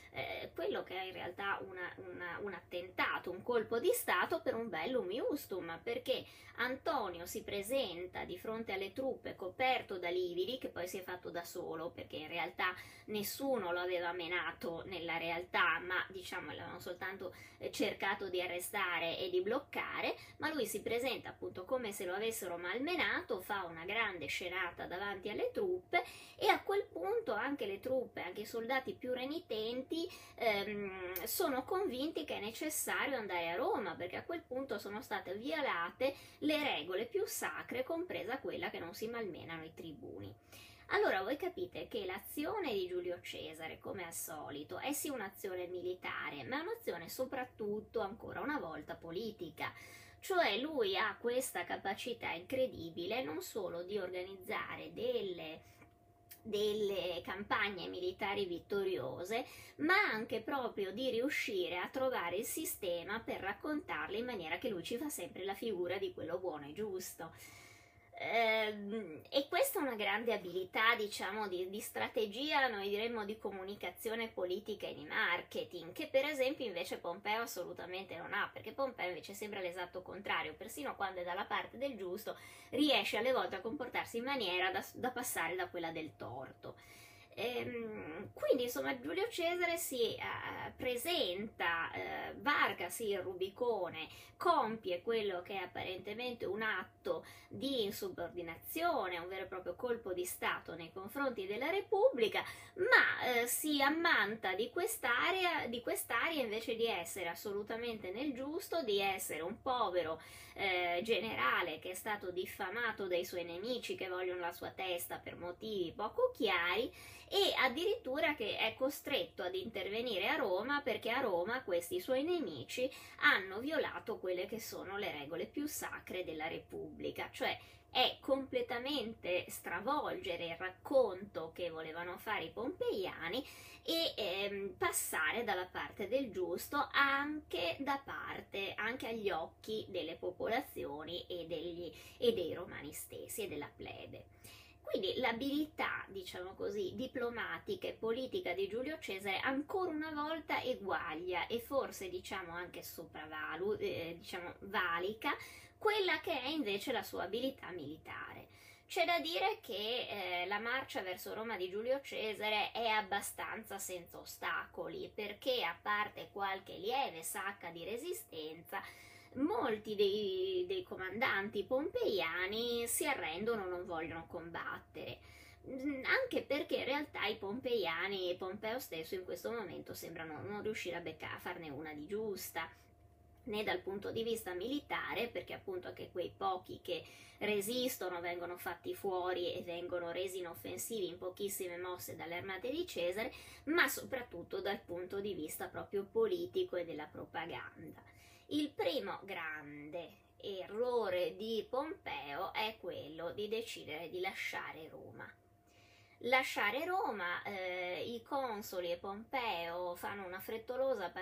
quello che è in realtà un attentato, un colpo di Stato per un bellum iustum, perché Antonio si presenta di fronte alle truppe coperto da lividi, che poi si è fatto da solo, perché in realtà nessuno lo aveva menato nella realtà, ma diciamo l'avevano soltanto cercato di arrestare e di bloccare, ma lui si presenta appunto come se lo avessero malmenato, fa una grande scenata davanti alle truppe e a quel punto anche le truppe, anche i soldati più renitenti sono convinti che è necessario andare a Roma, perché a quel punto sono state violate le regole più sacre, compresa quella che non si malmenano i tribuni. Allora voi capite che l'azione di Giulio Cesare, come al solito, è sì un'azione militare, ma è un'azione soprattutto, ancora una volta, politica. Cioè lui ha questa capacità incredibile non solo di organizzare delle campagne militari vittoriose, ma anche proprio di riuscire a trovare il sistema per raccontarle in maniera che lui ci fa sempre la figura di quello buono e giusto. E questa è una grande abilità, diciamo, di strategia, noi diremmo di comunicazione politica e di marketing, che per esempio invece Pompeo assolutamente non ha, perché Pompeo invece sembra l'esatto contrario, persino quando è dalla parte del giusto riesce alle volte a comportarsi in maniera da passare da quella del torto. Quindi insomma Giulio Cesare si presenta, varca sì il Rubicone, compie quello che è apparentemente un atto di insubordinazione, un vero e proprio colpo di Stato nei confronti della Repubblica, ma si ammanta di quest'area invece di essere assolutamente nel giusto, di essere un povero generale che è stato diffamato dai suoi nemici che vogliono la sua testa per motivi poco chiari, e addirittura che è costretto ad intervenire a Roma perché a Roma questi suoi nemici hanno violato quelle che sono le regole più sacre della Repubblica, cioè è completamente stravolgere il racconto che volevano fare i pompeiani e passare dalla parte del giusto anche agli occhi delle popolazioni e dei romani stessi e della plebe. Quindi l'abilità, diciamo così, diplomatica e politica di Giulio Cesare ancora una volta eguaglia e forse diciamo anche valica quella che è invece la sua abilità militare. C'è da dire che la marcia verso Roma di Giulio Cesare è abbastanza senza ostacoli, perché a parte qualche lieve sacca di resistenza, molti dei comandanti pompeiani si arrendono, non vogliono combattere, anche perché in realtà i pompeiani e Pompeo stesso in questo momento sembrano non riuscire a farne una di giusta, né dal punto di vista militare, perché appunto anche quei pochi che resistono vengono fatti fuori e vengono resi inoffensivi in pochissime mosse dalle armate di Cesare, ma soprattutto dal punto di vista proprio politico e della propaganda. Il primo grande errore di Pompeo è quello di decidere di lasciare Roma. Lasciare Roma, i consoli e Pompeo fanno una frettolosa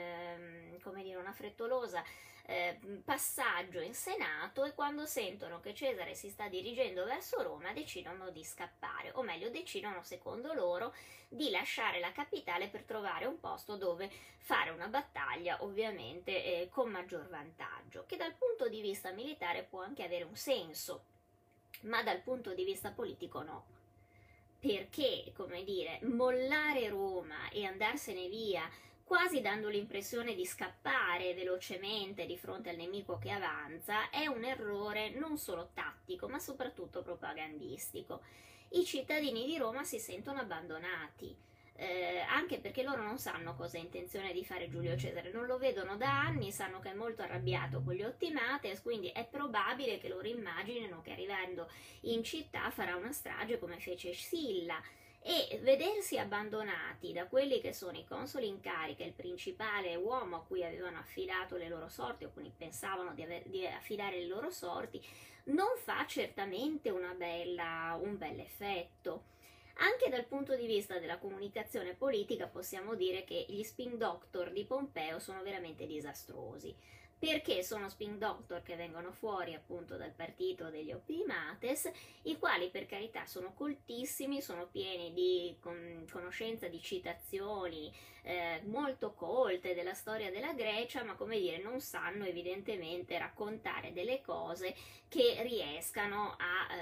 passaggio in Senato, e quando sentono che Cesare si sta dirigendo verso Roma decidono di scappare, o meglio decidono secondo loro di lasciare la capitale per trovare un posto dove fare una battaglia, ovviamente con maggior vantaggio, che dal punto di vista militare può anche avere un senso, ma dal punto di vista politico no. Perché, come dire, mollare Roma e andarsene via, quasi dando l'impressione di scappare velocemente di fronte al nemico che avanza, è un errore non solo tattico, ma soprattutto propagandistico. I cittadini di Roma si sentono abbandonati, anche perché loro non sanno cosa ha intenzione di fare Giulio Cesare, non lo vedono da anni, sanno che è molto arrabbiato con gli Ottimates, quindi è probabile che loro immaginino che arrivando in città farà una strage come fece Silla, e vedersi abbandonati da quelli che sono i consoli in carica, il principale uomo a cui avevano affidato le loro sorti, o cui pensavano di affidare le loro sorti, non fa certamente un bel effetto. Anche dal punto di vista della comunicazione politica possiamo dire che gli spin doctor di Pompeo sono veramente disastrosi, perché sono spin doctor che vengono fuori appunto dal partito degli oppimates, i quali per carità sono coltissimi, sono pieni di conoscenza di citazioni molto colte della storia della Grecia, ma come dire non sanno evidentemente raccontare delle cose che riescano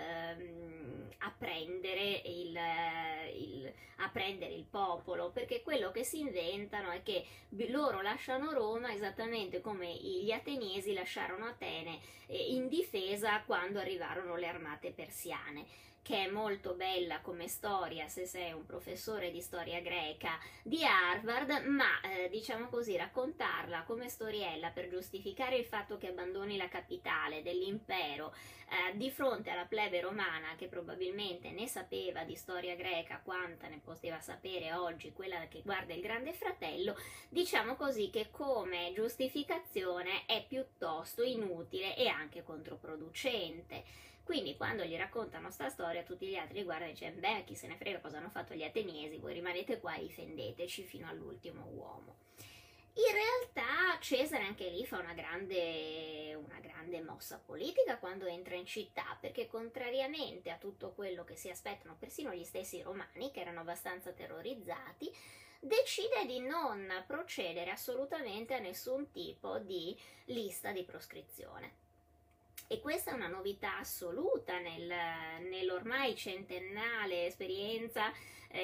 a prendere a prendere il popolo, perché quello che si inventano è che loro lasciano Roma esattamente come gli ateniesi lasciarono Atene in difesa quando arrivarono le armate persiane, che è molto bella come storia se sei un professore di storia greca di Harvard, ma diciamo così, raccontarla come storiella per giustificare il fatto che abbandoni la capitale dell'impero di fronte alla plebe romana, che probabilmente ne sapeva di storia greca quanta ne poteva sapere oggi quella che guarda il Grande Fratello, diciamo così che come giustificazione è piuttosto inutile e anche controproducente. Quindi quando gli raccontano sta storia tutti gli altri li guardano e dicono beh, chi se ne frega cosa hanno fatto gli ateniesi, voi rimanete qua e difendeteci fino all'ultimo uomo. In realtà Cesare anche lì fa una grande mossa politica quando entra in città, perché contrariamente a tutto quello che si aspettano persino gli stessi romani, che erano abbastanza terrorizzati, decide di non procedere assolutamente a nessun tipo di lista di proscrizione. E questa è una novità assoluta nell'ormai centenaria esperienza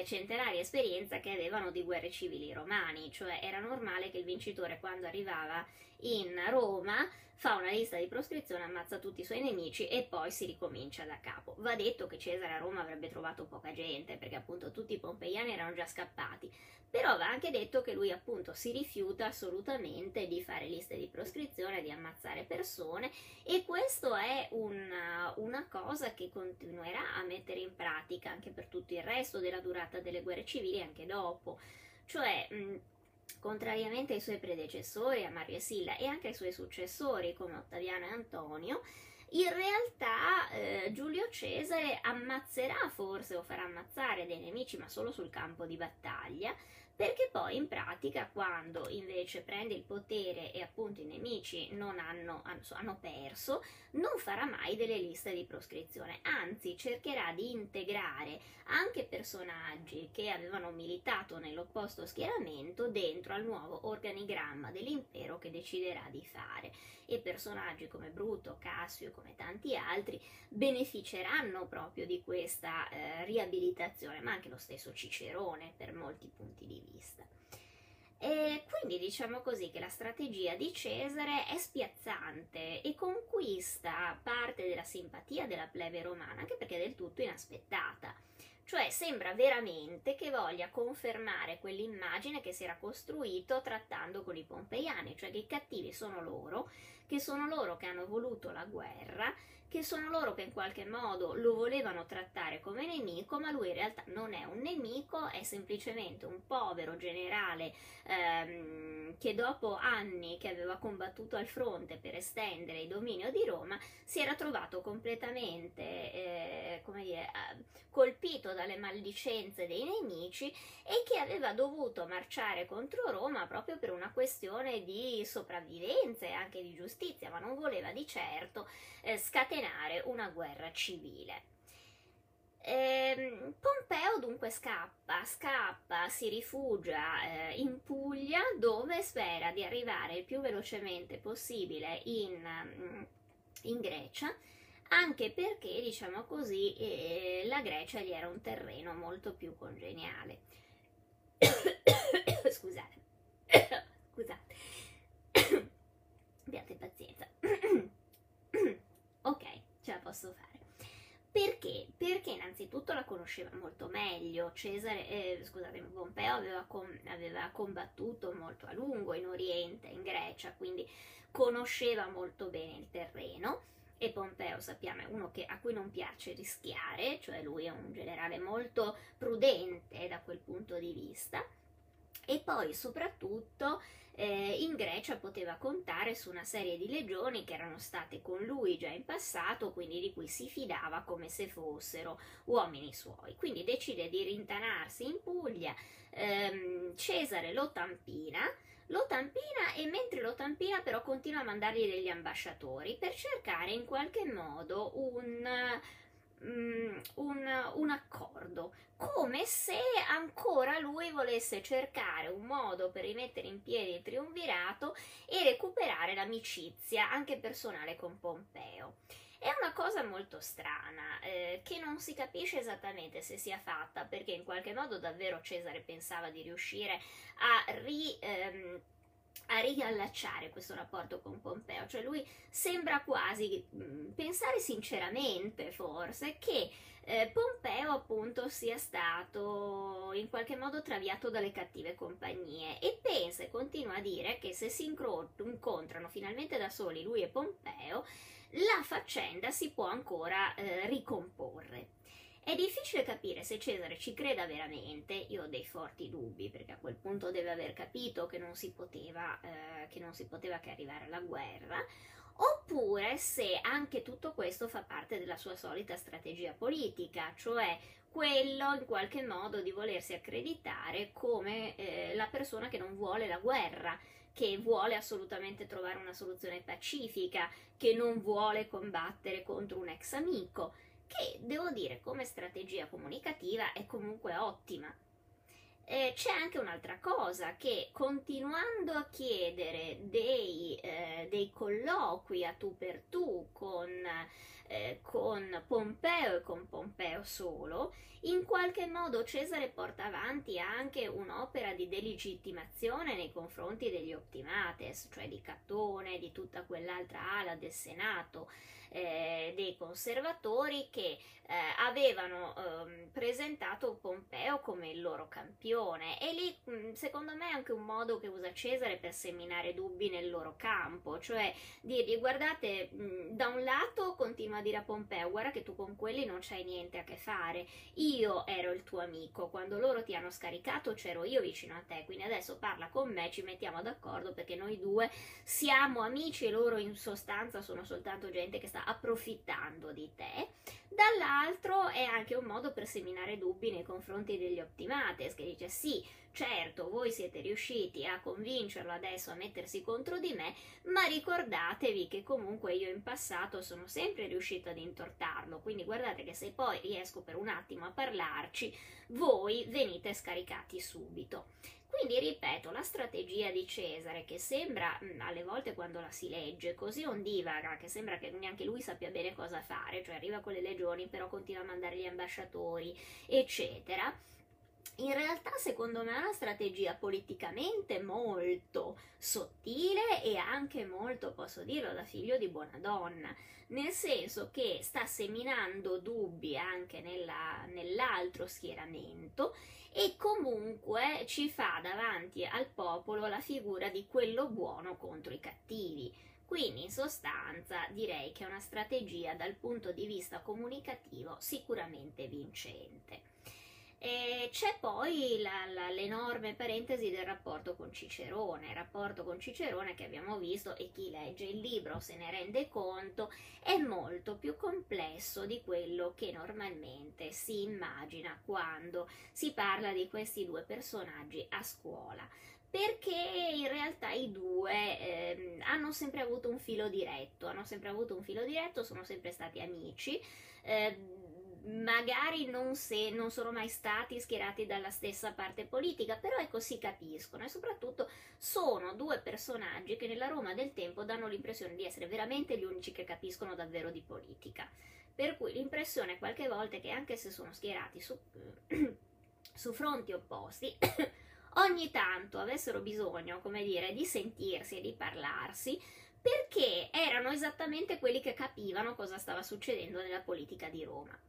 che avevano di guerre civili romani, cioè era normale che il vincitore quando arrivava in Roma fa una lista di proscrizione, ammazza tutti i suoi nemici e poi si ricomincia da capo. Va detto che Cesare a Roma avrebbe trovato poca gente, perché appunto tutti i pompeiani erano già scappati, però va anche detto che lui appunto si rifiuta assolutamente di fare liste di proscrizione, di ammazzare persone, e questo è una cosa che continuerà a mettere in pratica anche per tutto il resto della durata delle guerre civili, anche dopo. Cioè, contrariamente ai suoi predecessori, a Mario e Silla, e anche ai suoi successori come Ottaviano e Antonio, in realtà Giulio Cesare ammazzerà forse o farà ammazzare dei nemici, ma solo sul campo di battaglia, perché poi in pratica quando invece prende il potere e appunto i nemici hanno perso, non farà mai delle liste di proscrizione, anzi cercherà di integrare anche personaggi che avevano militato nell'opposto schieramento dentro al nuovo organigramma dell'impero che deciderà di fare, e personaggi come Bruto, Cassio e come tanti altri beneficeranno proprio di questa riabilitazione, ma anche lo stesso Cicerone per molti punti di vista. E quindi diciamo così che la strategia di Cesare è spiazzante e conquista parte della simpatia della plebe romana, anche perché è del tutto inaspettata. Cioè sembra veramente che voglia confermare quell'immagine che si era costruito trattando con i pompeiani, cioè che i cattivi sono loro, che sono loro che hanno voluto la guerra, che sono loro che in qualche modo lo volevano trattare come nemico, ma lui in realtà non è un nemico, è semplicemente un povero generale che dopo anni che aveva combattuto al fronte per estendere il dominio di Roma si era trovato completamente colpito dalle maldicenze dei nemici e che aveva dovuto marciare contro Roma proprio per una questione di sopravvivenza e anche di giustizia, ma non voleva di certo scatenare una guerra civile. Pompeo dunque scappa, si rifugia in Puglia, dove spera di arrivare il più velocemente possibile in Grecia, anche perché, diciamo così, la Grecia gli era un terreno molto più congeniale. Scusate, abbiate pazienza. Ok, ce la posso fare. Perché? Perché innanzitutto la conosceva molto meglio. Pompeo aveva combattuto molto a lungo in Oriente, in Grecia, quindi conosceva molto bene il terreno, e Pompeo sappiamo è uno a cui non piace rischiare, cioè lui è un generale molto prudente da quel punto di vista, e poi soprattutto in Grecia poteva contare su una serie di legioni che erano state con lui già in passato, quindi di cui si fidava come se fossero uomini suoi. Quindi decide di rintanarsi in Puglia, Cesare lo tampina, lo tampina, e mentre lo tampina però continua a mandargli degli ambasciatori per cercare in qualche modo un accordo, come se ancora lui volesse cercare un modo per rimettere in piedi il triumvirato e recuperare l'amicizia anche personale con Pompeo. È una cosa molto strana, che non si capisce esattamente se sia fatta perché in qualche modo davvero Cesare pensava di riuscire a riallacciare questo rapporto con Pompeo, cioè lui sembra quasi pensare sinceramente forse che Pompeo appunto sia stato in qualche modo traviato dalle cattive compagnie, e pensa e continua a dire che se si incontrano finalmente da soli lui e Pompeo, la faccenda si può ancora ricomporre. È difficile capire se Cesare ci creda veramente, io ho dei forti dubbi, perché a quel punto deve aver capito che non si poteva che arrivare alla guerra, oppure se anche tutto questo fa parte della sua solita strategia politica, cioè quello in qualche modo di volersi accreditare come la persona che non vuole la guerra, che vuole assolutamente trovare una soluzione pacifica, che non vuole combattere contro un ex amico, che devo dire come strategia comunicativa è comunque ottima. C'è anche un'altra cosa, che continuando a chiedere dei colloqui a tu per tu con Pompeo e con Pompeo solo, in qualche modo Cesare porta avanti anche un'opera di delegittimazione nei confronti degli optimates, cioè di Catone, di tutta quell'altra ala del Senato, dei conservatori che avevano presentato Pompeo come il loro campione, e lì secondo me è anche un modo che usa Cesare per seminare dubbi nel loro campo, cioè dirgli guardate, da un lato continua a dire a Pompeo guarda che tu con quelli non c'hai niente a che fare, io ero il tuo amico, quando loro ti hanno scaricato c'ero io vicino a te, quindi adesso parla con me, ci mettiamo d'accordo perché noi due siamo amici e loro in sostanza sono soltanto gente che sta approfittando di te. Dall'altro è anche un modo per seminare dubbi nei confronti degli optimates, che dice sì, certo, voi siete riusciti a convincerlo adesso a mettersi contro di me, ma ricordatevi che comunque io in passato sono sempre riuscito ad intortarlo, quindi guardate che se poi riesco per un attimo a parlarci, voi venite scaricati subito. Quindi ripeto, la strategia di Cesare, che sembra alle volte quando la si legge così ondivaga, che sembra che neanche lui sappia bene cosa fare, cioè arriva con le legioni però continua a mandare gli ambasciatori eccetera, in realtà secondo me è una strategia politicamente molto sottile e anche molto, posso dirlo da figlio di buona donna, nel senso che sta seminando dubbi anche nell'altro schieramento, e comunque ci fa davanti al popolo la figura di quello buono contro i cattivi. Quindi in sostanza direi che è una strategia dal punto di vista comunicativo sicuramente vincente. E c'è poi l'enorme parentesi del rapporto con Cicerone, che abbiamo visto, e chi legge il libro se ne rende conto, è molto più complesso di quello che normalmente si immagina quando si parla di questi due personaggi a scuola, perché in realtà i due hanno sempre avuto un filo diretto, sono sempre stati amici, magari non sono mai stati schierati dalla stessa parte politica, però ecco si capiscono, e soprattutto sono due personaggi che nella Roma del tempo danno l'impressione di essere veramente gli unici che capiscono davvero di politica, per cui l'impressione qualche volta è che anche se sono schierati su fronti opposti ogni tanto avessero bisogno, come dire, di sentirsi e di parlarsi, perché erano esattamente quelli che capivano cosa stava succedendo nella politica di Roma.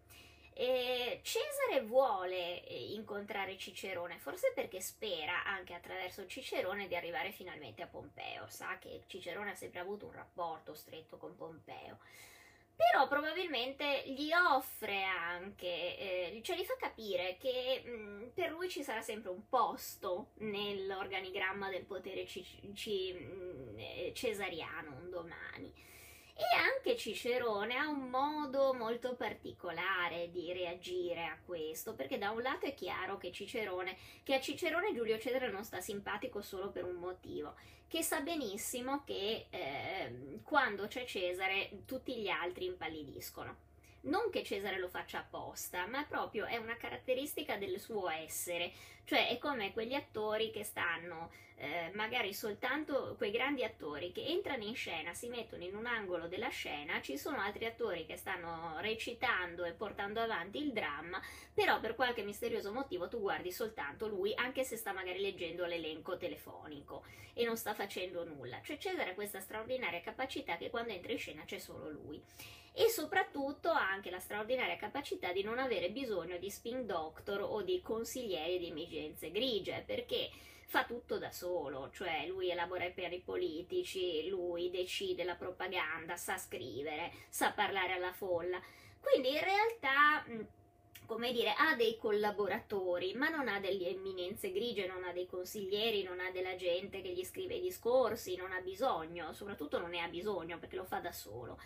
Cesare vuole incontrare Cicerone, forse perché spera anche attraverso Cicerone di arrivare finalmente a Pompeo, sa che Cicerone ha sempre avuto un rapporto stretto con Pompeo, però probabilmente gli offre anche, cioè gli fa capire che per lui ci sarà sempre un posto nell'organigramma del potere cesariano un domani. E anche Cicerone ha un modo molto particolare di reagire a questo, perché da un lato è chiaro che a Cicerone Giulio Cesare non sta simpatico solo per un motivo, che sa benissimo che quando c'è Cesare tutti gli altri impallidiscono. Non che Cesare lo faccia apposta, ma proprio è una caratteristica del suo essere, cioè è come quegli attori che stanno magari soltanto quei grandi attori che entrano in scena, si mettono in un angolo della scena, ci sono altri attori che stanno recitando e portando avanti il dramma, però per qualche misterioso motivo tu guardi soltanto lui, anche se sta magari leggendo l'elenco telefonico e non sta facendo nulla. Cioè Cesare ha questa straordinaria capacità che quando entra in scena c'è solo lui. E soprattutto ha anche la straordinaria capacità di non avere bisogno di spin doctor o di consiglieri di emergenze grigie, perché fa tutto da solo, cioè lui elabora i piani politici, lui decide la propaganda, sa scrivere, sa parlare alla folla. Quindi in realtà, come dire, ha dei collaboratori, ma non ha delle eminenze grigie, non ha dei consiglieri, non ha della gente che gli scrive i discorsi, non ha bisogno, soprattutto non ne ha bisogno perché lo fa da solo.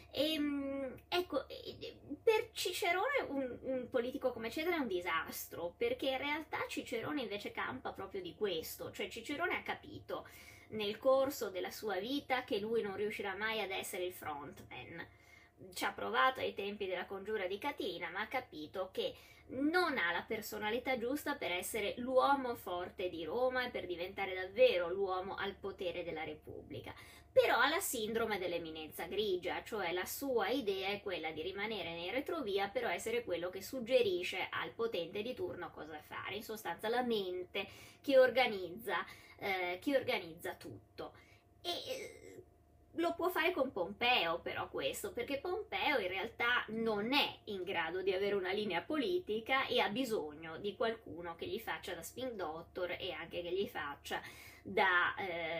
Ecco, per Cicerone un politico come Cesare è un disastro, perché in realtà Cicerone invece campa proprio di questo, cioè Cicerone ha capito nel corso della sua vita che lui non riuscirà mai ad essere il frontman. Ci ha provato ai tempi della congiura di Catilina, ma ha capito che non ha la personalità giusta per essere l'uomo forte di Roma e per diventare davvero l'uomo al potere della Repubblica. Però ha la sindrome dell'eminenza grigia, cioè la sua idea è quella di rimanere in retrovia, però essere quello che suggerisce al potente di turno cosa fare, in sostanza la mente che organizza tutto. E lo può fare con Pompeo però questo, perché Pompeo in realtà non è in grado di avere una linea politica e ha bisogno di qualcuno che gli faccia da spin doctor e anche che gli faccia da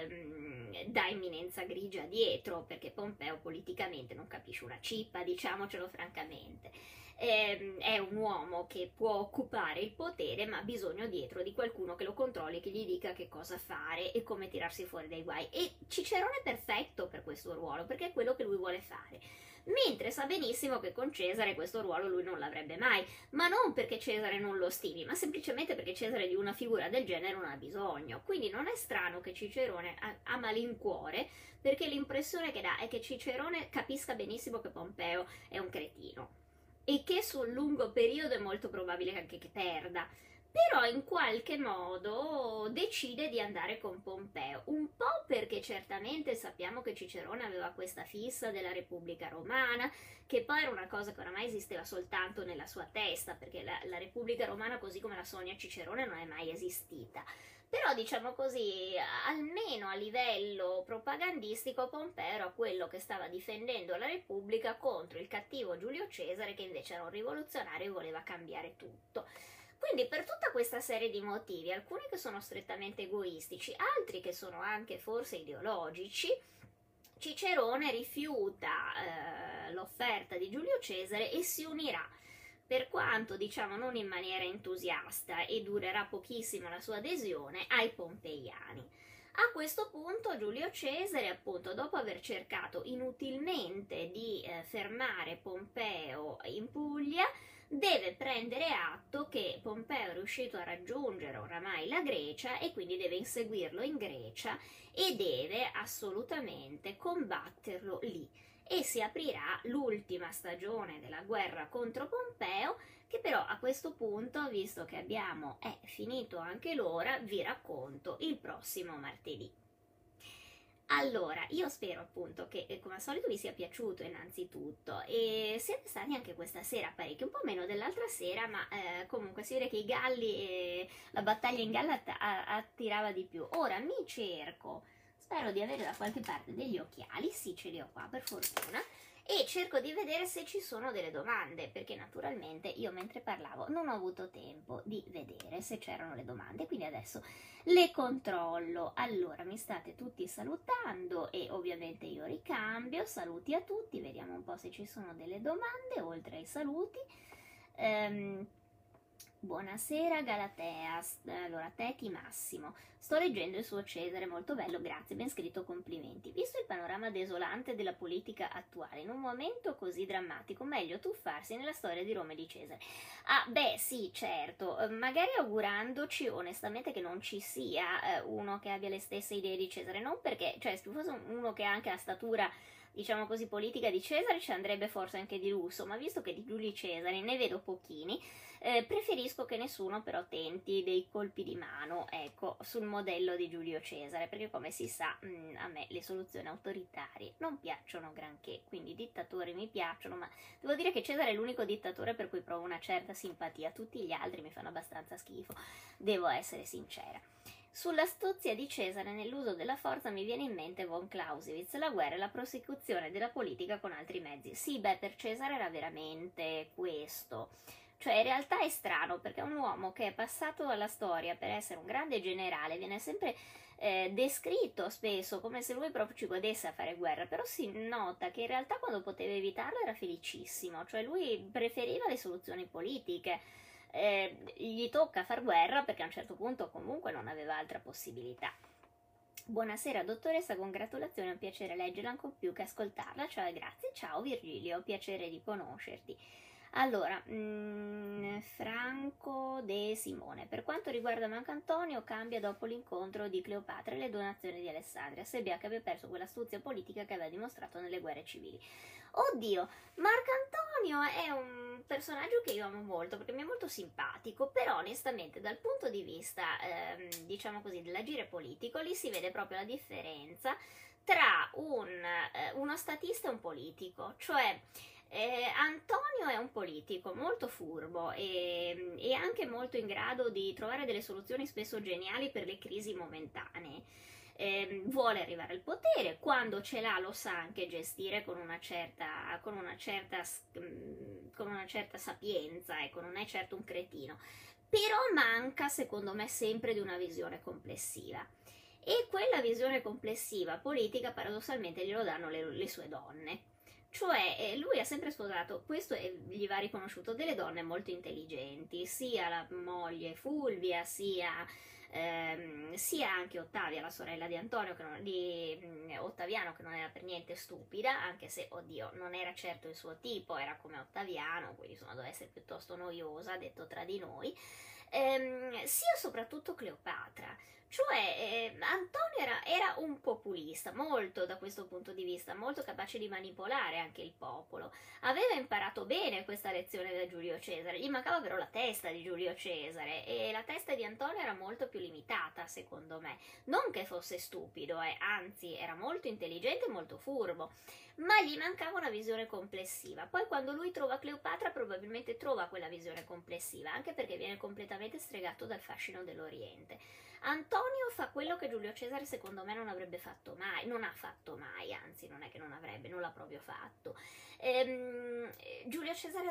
eminenza grigia dietro, perché Pompeo politicamente non capisce una cippa, diciamocelo francamente. È un uomo che può occupare il potere, ma ha bisogno dietro di qualcuno che lo controlli, che gli dica che cosa fare e come tirarsi fuori dai guai. E Cicerone è perfetto per questo ruolo, perché è quello che lui vuole fare. Mentre sa benissimo che con Cesare questo ruolo lui non l'avrebbe mai, ma non perché Cesare non lo stimi, ma semplicemente perché Cesare di una figura del genere non ha bisogno. Quindi non è strano che Cicerone ha malincuore, perché l'impressione che dà è che Cicerone capisca benissimo che Pompeo è un cretino e che sul lungo periodo è molto probabile anche che perda, però in qualche modo decide di andare con Pompeo, un po' perché certamente sappiamo che Cicerone aveva questa fissa della Repubblica Romana, che poi era una cosa che oramai esisteva soltanto nella sua testa, perché la Repubblica Romana così come la sogna Cicerone non è mai esistita. Però diciamo così, almeno a livello propagandistico, Pompeo era quello che stava difendendo la Repubblica contro il cattivo Giulio Cesare, che invece era un rivoluzionario e voleva cambiare tutto. Quindi per tutta questa serie di motivi, alcuni che sono strettamente egoistici, altri che sono anche forse ideologici, Cicerone rifiuta l'offerta di Giulio Cesare e si unirà, per quanto diciamo non in maniera entusiasta e durerà pochissimo la sua adesione, ai Pompeiani. A questo punto Giulio Cesare, appunto, dopo aver cercato inutilmente di fermare Pompeo in Puglia, deve prendere atto che Pompeo è riuscito a raggiungere oramai la Grecia e quindi deve inseguirlo in Grecia e deve assolutamente combatterlo lì. E si aprirà l'ultima stagione della guerra contro Pompeo, che però a questo punto, visto che è finito anche l'ora, vi racconto il prossimo martedì. Allora, io spero appunto che come al solito vi sia piaciuto innanzitutto e siete stati anche questa sera parecchio, un po' meno dell'altra sera, ma comunque si vede che i galli e la battaglia in galla attirava di più. Ora mi cerco, spero di avere da qualche parte degli occhiali, sì ce li ho qua per fortuna, e cerco di vedere se ci sono delle domande, perché naturalmente io mentre parlavo non ho avuto tempo di vedere se c'erano le domande, quindi adesso le controllo. Allora, mi state tutti salutando e ovviamente io ricambio, saluti a tutti, vediamo un po' se ci sono delle domande oltre ai saluti. Buonasera Galatea, allora Teti Massimo, sto leggendo il suo Cesare, molto bello, grazie, ben scritto, complimenti. Visto il panorama desolante della politica attuale, in un momento così drammatico, meglio tuffarsi nella storia di Roma e di Cesare. Ah, beh, sì, certo, magari augurandoci onestamente che non ci sia uno che abbia le stesse idee di Cesare, non perché, cioè, se fosse uno che ha anche la statura, diciamo così, politica di Cesare, ci andrebbe forse anche di lusso, ma visto che di Giulio Cesare ne vedo pochini, preferisco che nessuno però tenti dei colpi di mano, ecco, sul modello di Giulio Cesare, perché come si sa, a me le soluzioni autoritarie non piacciono granché, quindi i dittatori mi piacciono, ma devo dire che Cesare è l'unico dittatore per cui provo una certa simpatia, tutti gli altri mi fanno abbastanza schifo, devo essere sincera. Sulla stuzia di Cesare nell'uso della forza mi viene in mente von Clausewitz, la guerra e la prosecuzione della politica con altri mezzi. Sì, beh, per Cesare era veramente questo. Cioè, in realtà è strano, perché è un uomo che è passato alla storia per essere un grande generale, viene sempre descritto spesso come se lui proprio ci godesse a fare guerra, però si nota che in realtà quando poteva evitarlo era felicissimo, cioè lui preferiva le soluzioni politiche. Gli tocca far guerra perché a un certo punto comunque non aveva altra possibilità. Buonasera dottoressa, congratulazioni, è un piacere leggerla ancora più che ascoltarla, ciao e grazie, ciao Virgilio, piacere di conoscerti. Allora, Franco De Simone, per quanto riguarda Marcantonio cambia dopo l'incontro di Cleopatra e le donazioni di Alessandria, sebbene abbia perso quella astuzia politica che aveva dimostrato nelle guerre civili. Oddio, Marcantonio è un personaggio che io amo molto perché mi è molto simpatico, però onestamente dal punto di vista, diciamo così, dell'agire politico, lì si vede proprio la differenza tra uno statista e un politico, cioè Antonio è un politico molto furbo e anche molto in grado di trovare delle soluzioni spesso geniali per le crisi momentanee. Vuole arrivare al potere, quando ce l'ha lo sa anche gestire con una certa sapienza, ecco, non è certo un cretino, però manca secondo me sempre di una visione complessiva. E quella visione complessiva politica paradossalmente glielo danno le sue donne. Cioè, lui ha sempre sposato, questo gli va riconosciuto, delle donne molto intelligenti, sia la moglie Fulvia, sia anche Ottavia, la sorella di Antonio, di Ottaviano, che non era per niente stupida, anche se, oddio, non era certo il suo tipo, era come Ottaviano, quindi insomma doveva essere piuttosto noiosa, detto tra di noi, sia soprattutto Cleopatra. Cioè, Antonio era un populista, molto da questo punto di vista, molto capace di manipolare anche il popolo. Aveva imparato bene questa lezione da Giulio Cesare, gli mancava però la testa di Giulio Cesare e la testa di Antonio era molto più limitata, secondo me. Non che fosse stupido, anzi, era molto intelligente e molto furbo, ma gli mancava una visione complessiva. Poi quando lui trova Cleopatra probabilmente trova quella visione complessiva, anche perché viene completamente stregato dal fascino dell'Oriente. Antonio fa quello che Giulio Cesare secondo me non avrebbe fatto mai, non ha fatto mai, anzi non è che non avrebbe, non l'ha proprio fatto. Giulio Cesare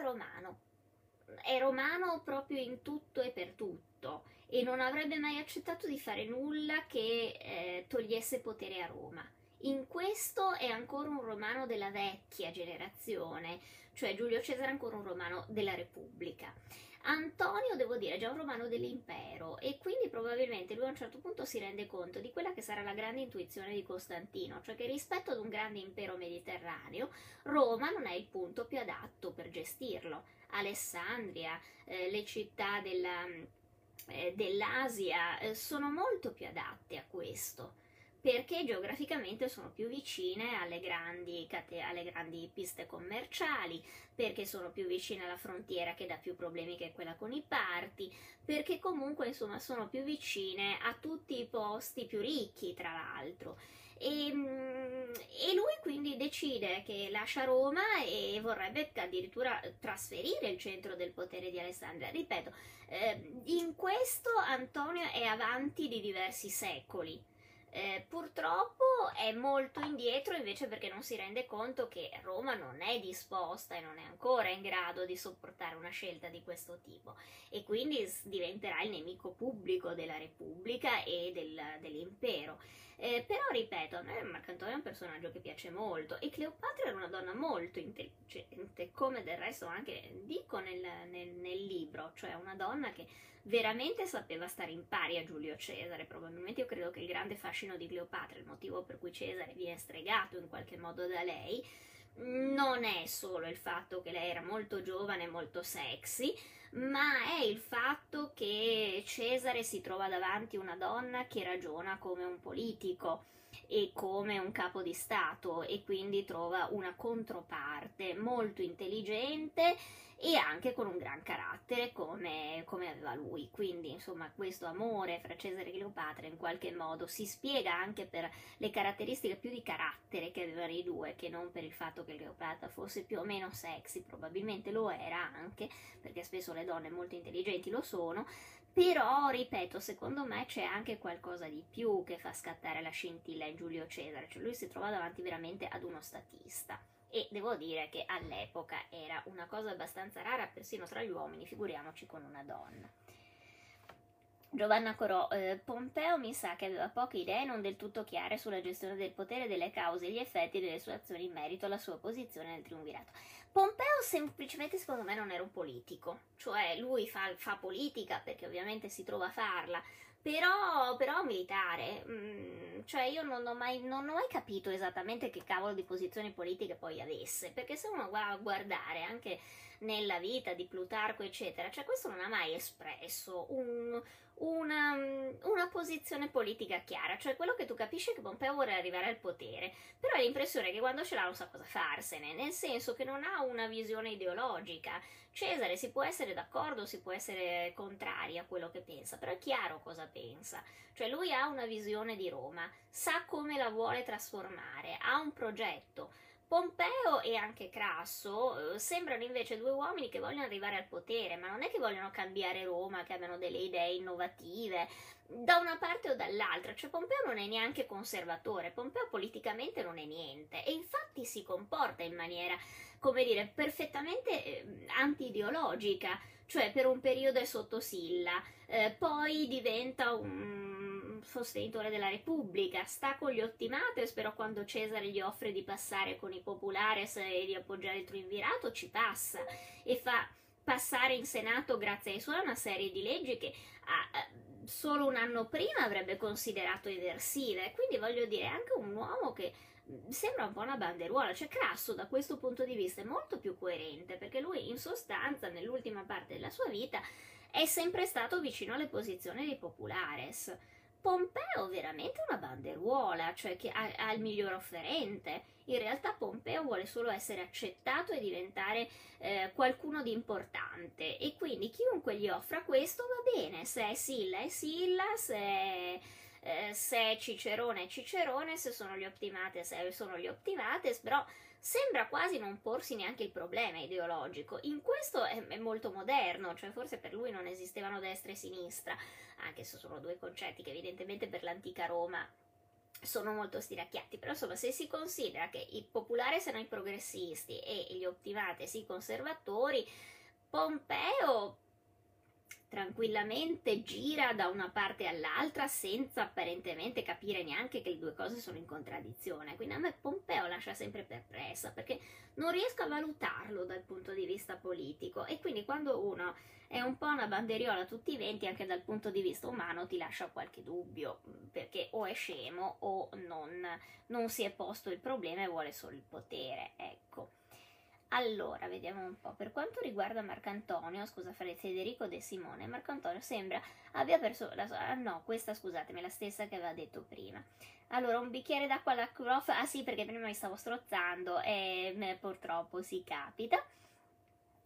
è romano proprio in tutto e per tutto e non avrebbe mai accettato di fare nulla che togliesse potere a Roma. In questo è ancora un romano della vecchia generazione, cioè Giulio Cesare è ancora un romano della Repubblica. Antonio, devo dire, è già un romano dell'impero e quindi probabilmente lui a un certo punto si rende conto di quella che sarà la grande intuizione di Costantino, cioè che rispetto ad un grande impero mediterraneo, Roma non è il punto più adatto per gestirlo. Alessandria, le città dell'Asia sono molto più adatte a questo, perché geograficamente sono più vicine alle grandi piste commerciali, perché sono più vicine alla frontiera che dà più problemi che quella con i parti, perché comunque insomma sono più vicine a tutti i posti più ricchi tra l'altro. E lui quindi decide che lascia Roma e vorrebbe addirittura trasferire il centro del potere di Alessandria. Ripeto, in questo Antonio è avanti di diversi secoli. Purtroppo è molto indietro invece perché non si rende conto che Roma non è disposta e non è ancora in grado di sopportare una scelta di questo tipo e quindi diventerà il nemico pubblico della Repubblica e dell'impero. Però ripeto, a me Marcantonio è un personaggio che piace molto e Cleopatra era una donna molto intelligente, come del resto anche dico nel libro, cioè una donna che veramente sapeva stare in pari a Giulio Cesare. Probabilmente io credo che il grande fascino di Cleopatra, il motivo per cui Cesare viene stregato in qualche modo da lei, non è solo il fatto che lei era molto giovane e molto sexy, ma è il fatto che Cesare si trova davanti una donna che ragiona come un politico e come un capo di Stato e quindi trova una controparte molto intelligente e anche con un gran carattere come aveva lui. Quindi insomma questo amore fra Cesare e Cleopatra in qualche modo si spiega anche per le caratteristiche più di carattere che avevano i due, che non per il fatto che Cleopatra fosse più o meno sexy, probabilmente lo era anche, perché spesso le donne molto intelligenti lo sono, però, ripeto, secondo me c'è anche qualcosa di più che fa scattare la scintilla in Giulio Cesare, cioè lui si trova davanti veramente ad uno statista. E devo dire che all'epoca era una cosa abbastanza rara persino tra gli uomini, figuriamoci con una donna. Giovanna Corò, Pompeo mi sa che aveva poche idee non del tutto chiare sulla gestione del potere, delle cause e gli effetti delle sue azioni in merito alla sua posizione nel triumvirato. Pompeo semplicemente secondo me non era un politico, cioè lui fa politica perché ovviamente si trova a farla, però militare, cioè io non ho mai capito esattamente che cavolo di posizioni politiche poi avesse, perché se uno va a guardare anche nella vita di Plutarco eccetera, cioè questo non ha mai espresso una posizione politica chiara, cioè quello che tu capisci è che Pompeo vuole arrivare al potere, però hai l'impressione che quando ce l'ha non sa cosa farsene, nel senso che non ha una visione ideologica. Cesare si può essere d'accordo, si può essere contrari a quello che pensa, però è chiaro cosa pensa, cioè lui ha una visione di Roma, sa come la vuole trasformare, ha un progetto. Pompeo e anche Crasso sembrano invece due uomini che vogliono arrivare al potere, ma non è che vogliono cambiare Roma, che abbiano delle idee innovative, da una parte o dall'altra, cioè Pompeo non è neanche conservatore, Pompeo politicamente non è niente e infatti si comporta in maniera, come dire, perfettamente anti-ideologica, cioè per un periodo è sotto Silla, poi diventa un sostenitore della Repubblica, sta con gli Optimates, però quando Cesare gli offre di passare con i Populares e di appoggiare il triumvirato ci passa e fa passare in Senato grazie ai suoi una serie di leggi che solo un anno prima avrebbe considerato eversive, quindi voglio dire anche un uomo che sembra un po' una banderuola, cioè Crasso da questo punto di vista è molto più coerente perché lui in sostanza nell'ultima parte della sua vita è sempre stato vicino alle posizioni dei Populares. Pompeo veramente una banderuola, cioè che ha il miglior offerente. In realtà Pompeo vuole solo essere accettato e diventare qualcuno di importante e quindi chiunque gli offra questo va bene, se è Silla è Silla, se è Cicerone è Cicerone, se sono gli Optimates sono gli Optimates, però sembra quasi non porsi neanche il problema ideologico. In questo è molto moderno, cioè forse per lui non esistevano destra e sinistra, anche se sono due concetti che evidentemente per l'antica Roma sono molto stiracchiati, però insomma se si considera che i popolari sono i progressisti e gli Optimates i conservatori, Pompeo tranquillamente gira da una parte all'altra senza apparentemente capire neanche che le due cose sono in contraddizione. Quindi a me Pompeo lascia sempre perplessa perché non riesco a valutarlo dal punto di vista politico e quindi quando uno è un po' una banderiola a tutti i venti anche dal punto di vista umano ti lascia qualche dubbio perché o è scemo o non si è posto il problema e vuole solo il potere, ecco. Allora, vediamo un po'. Per quanto riguarda Marcantonio, scusa, Federico De Simone, Marcantonio sembra abbia perso no, questa scusatemi, è la stessa che aveva detto prima. Allora, un bicchiere d'acqua alla prof. Ah sì, perché prima mi stavo strozzando e purtroppo si capita.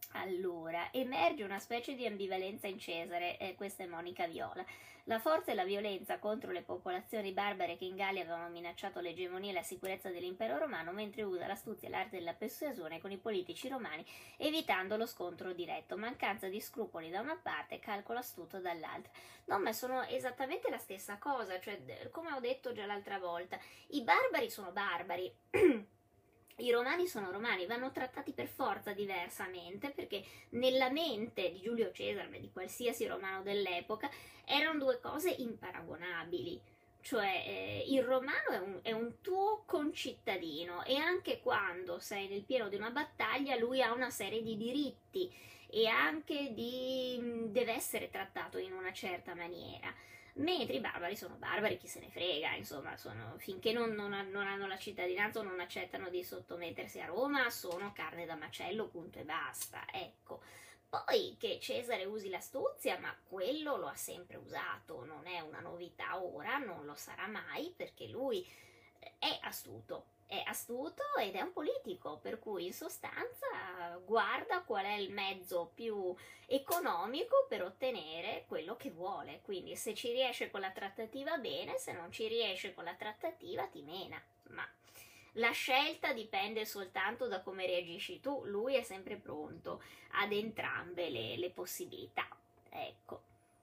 Allora, emerge una specie di ambivalenza in Cesare, questa è Monica Viola. La forza e la violenza contro le popolazioni barbare che in Gallia avevano minacciato l'egemonia e la sicurezza dell'impero romano, mentre usa l'astuzia e l'arte della persuasione con i politici romani, evitando lo scontro diretto. Mancanza di scrupoli da una parte, calcolo astuto dall'altra. No, ma sono esattamente la stessa cosa, cioè, come ho detto già l'altra volta, i barbari sono barbari. I romani sono romani, vanno trattati per forza diversamente perché nella mente di Giulio Cesare, di qualsiasi romano dell'epoca, erano due cose imparagonabili. Cioè il romano è un tuo concittadino e anche quando sei nel pieno di una battaglia lui ha una serie di diritti e anche deve essere trattato in una certa maniera. Mentre i barbari sono barbari, chi se ne frega, insomma, finché non hanno la cittadinanza o non accettano di sottomettersi a Roma, sono carne da macello, punto e basta, ecco. Poi che Cesare usi l'astuzia, ma quello lo ha sempre usato, non è una novità ora, non lo sarà mai, perché lui è astuto ed è un politico, per cui in sostanza guarda qual è il mezzo più economico per ottenere quello che vuole. Quindi se ci riesce con la trattativa bene, se non ci riesce con la trattativa ti mena. Ma la scelta dipende soltanto da come reagisci tu, lui è sempre pronto ad entrambe le possibilità. Ecco.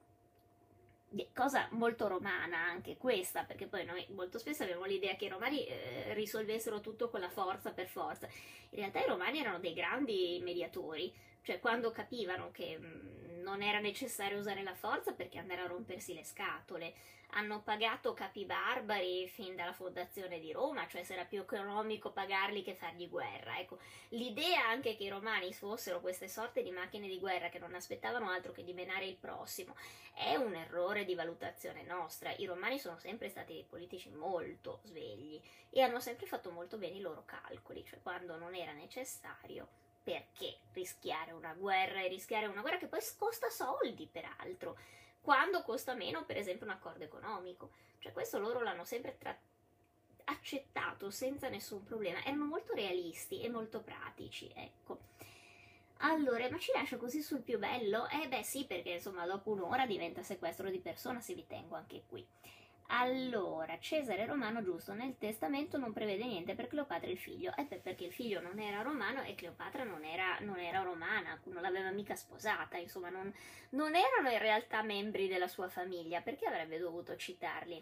Cosa molto romana anche questa, perché poi noi molto spesso abbiamo l'idea che i romani risolvessero tutto con la forza per forza. In realtà i romani erano dei grandi mediatori, cioè quando capivano che non era necessario usare la forza perché andare a rompersi le scatole. Hanno pagato capi barbari fin dalla fondazione di Roma, cioè se era più economico pagarli che fargli guerra. Ecco, l'idea anche che i romani fossero queste sorte di macchine di guerra che non aspettavano altro che di menare il prossimo è un errore di valutazione nostra. I romani sono sempre stati dei politici molto svegli e hanno sempre fatto molto bene i loro calcoli, cioè quando non era necessario, perché rischiare una guerra e rischiare una guerra che poi costa soldi peraltro, quando costa meno per esempio un accordo economico, cioè questo loro l'hanno sempre accettato senza nessun problema, erano molto realisti e molto pratici, ecco. Allora, ma ci lascio così sul più bello? Eh beh sì, perché insomma dopo un'ora diventa sequestro di persona se vi tengo anche qui. Allora, Cesare Romano giusto, nel testamento non prevede niente per Cleopatra e il figlio, perché il figlio non era romano e Cleopatra non era romana, non l'aveva mica sposata, insomma non erano in realtà membri della sua famiglia, perché avrebbe dovuto citarli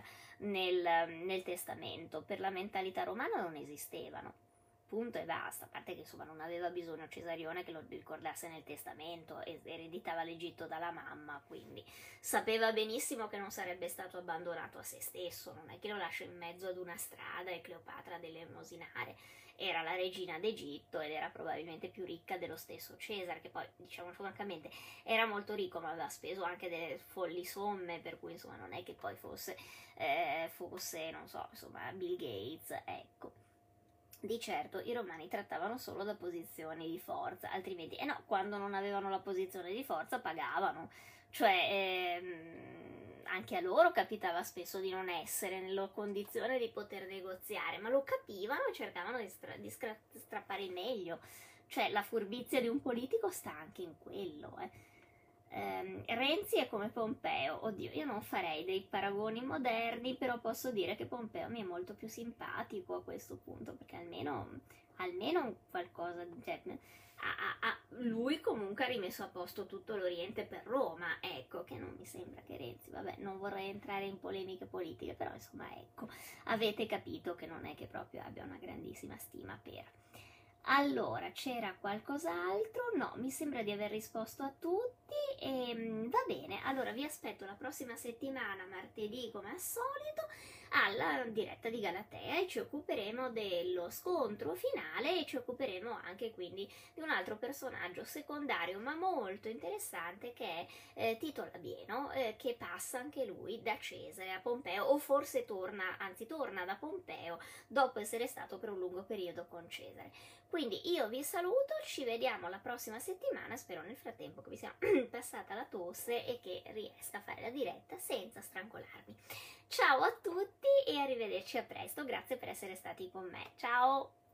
nel testamento? Per la mentalità romana non esistevano. Punto e basta, a parte che insomma non aveva bisogno Cesarione che lo ricordasse nel testamento, ereditava l'Egitto dalla mamma, quindi sapeva benissimo che non sarebbe stato abbandonato a se stesso, non è che lo lascia in mezzo ad una strada e Cleopatra deve emosinare. Era la regina d'Egitto ed era probabilmente più ricca dello stesso Cesare, che poi, diciamo francamente, era molto ricco ma aveva speso anche delle folli somme, per cui insomma non è che poi fosse non so, insomma, Bill Gates, ecco. Di certo i romani trattavano solo da posizioni di forza, altrimenti, no, quando non avevano la posizione di forza pagavano, cioè anche a loro capitava spesso di non essere nella condizione di poter negoziare, ma lo capivano e cercavano di strappare il meglio, cioè la furbizia di un politico sta anche in quello, Renzi è come Pompeo, oddio, io non farei dei paragoni moderni, però posso dire che Pompeo mi è molto più simpatico a questo punto, perché almeno qualcosa, cioè, lui comunque ha rimesso a posto tutto l'Oriente per Roma, ecco, che non mi sembra che Renzi, vabbè, non vorrei entrare in polemiche politiche, però insomma, ecco, avete capito che non è che proprio abbia una grandissima stima per... Allora, c'era qualcos'altro? No, mi sembra di aver risposto a tutti e va bene. Allora, vi aspetto la prossima settimana, martedì come al solito, alla diretta di Galatea e ci occuperemo dello scontro finale e ci occuperemo anche quindi di un altro personaggio secondario ma molto interessante che è Tito Labieno, che passa anche lui da Cesare a Pompeo o forse torna da Pompeo dopo essere stato per un lungo periodo con Cesare. Quindi io vi saluto, ci vediamo la prossima settimana, spero nel frattempo che vi sia passata la tosse e che riesca a fare la diretta senza strancolarmi. Ciao a tutti e arrivederci a presto, grazie per essere stati con me, ciao!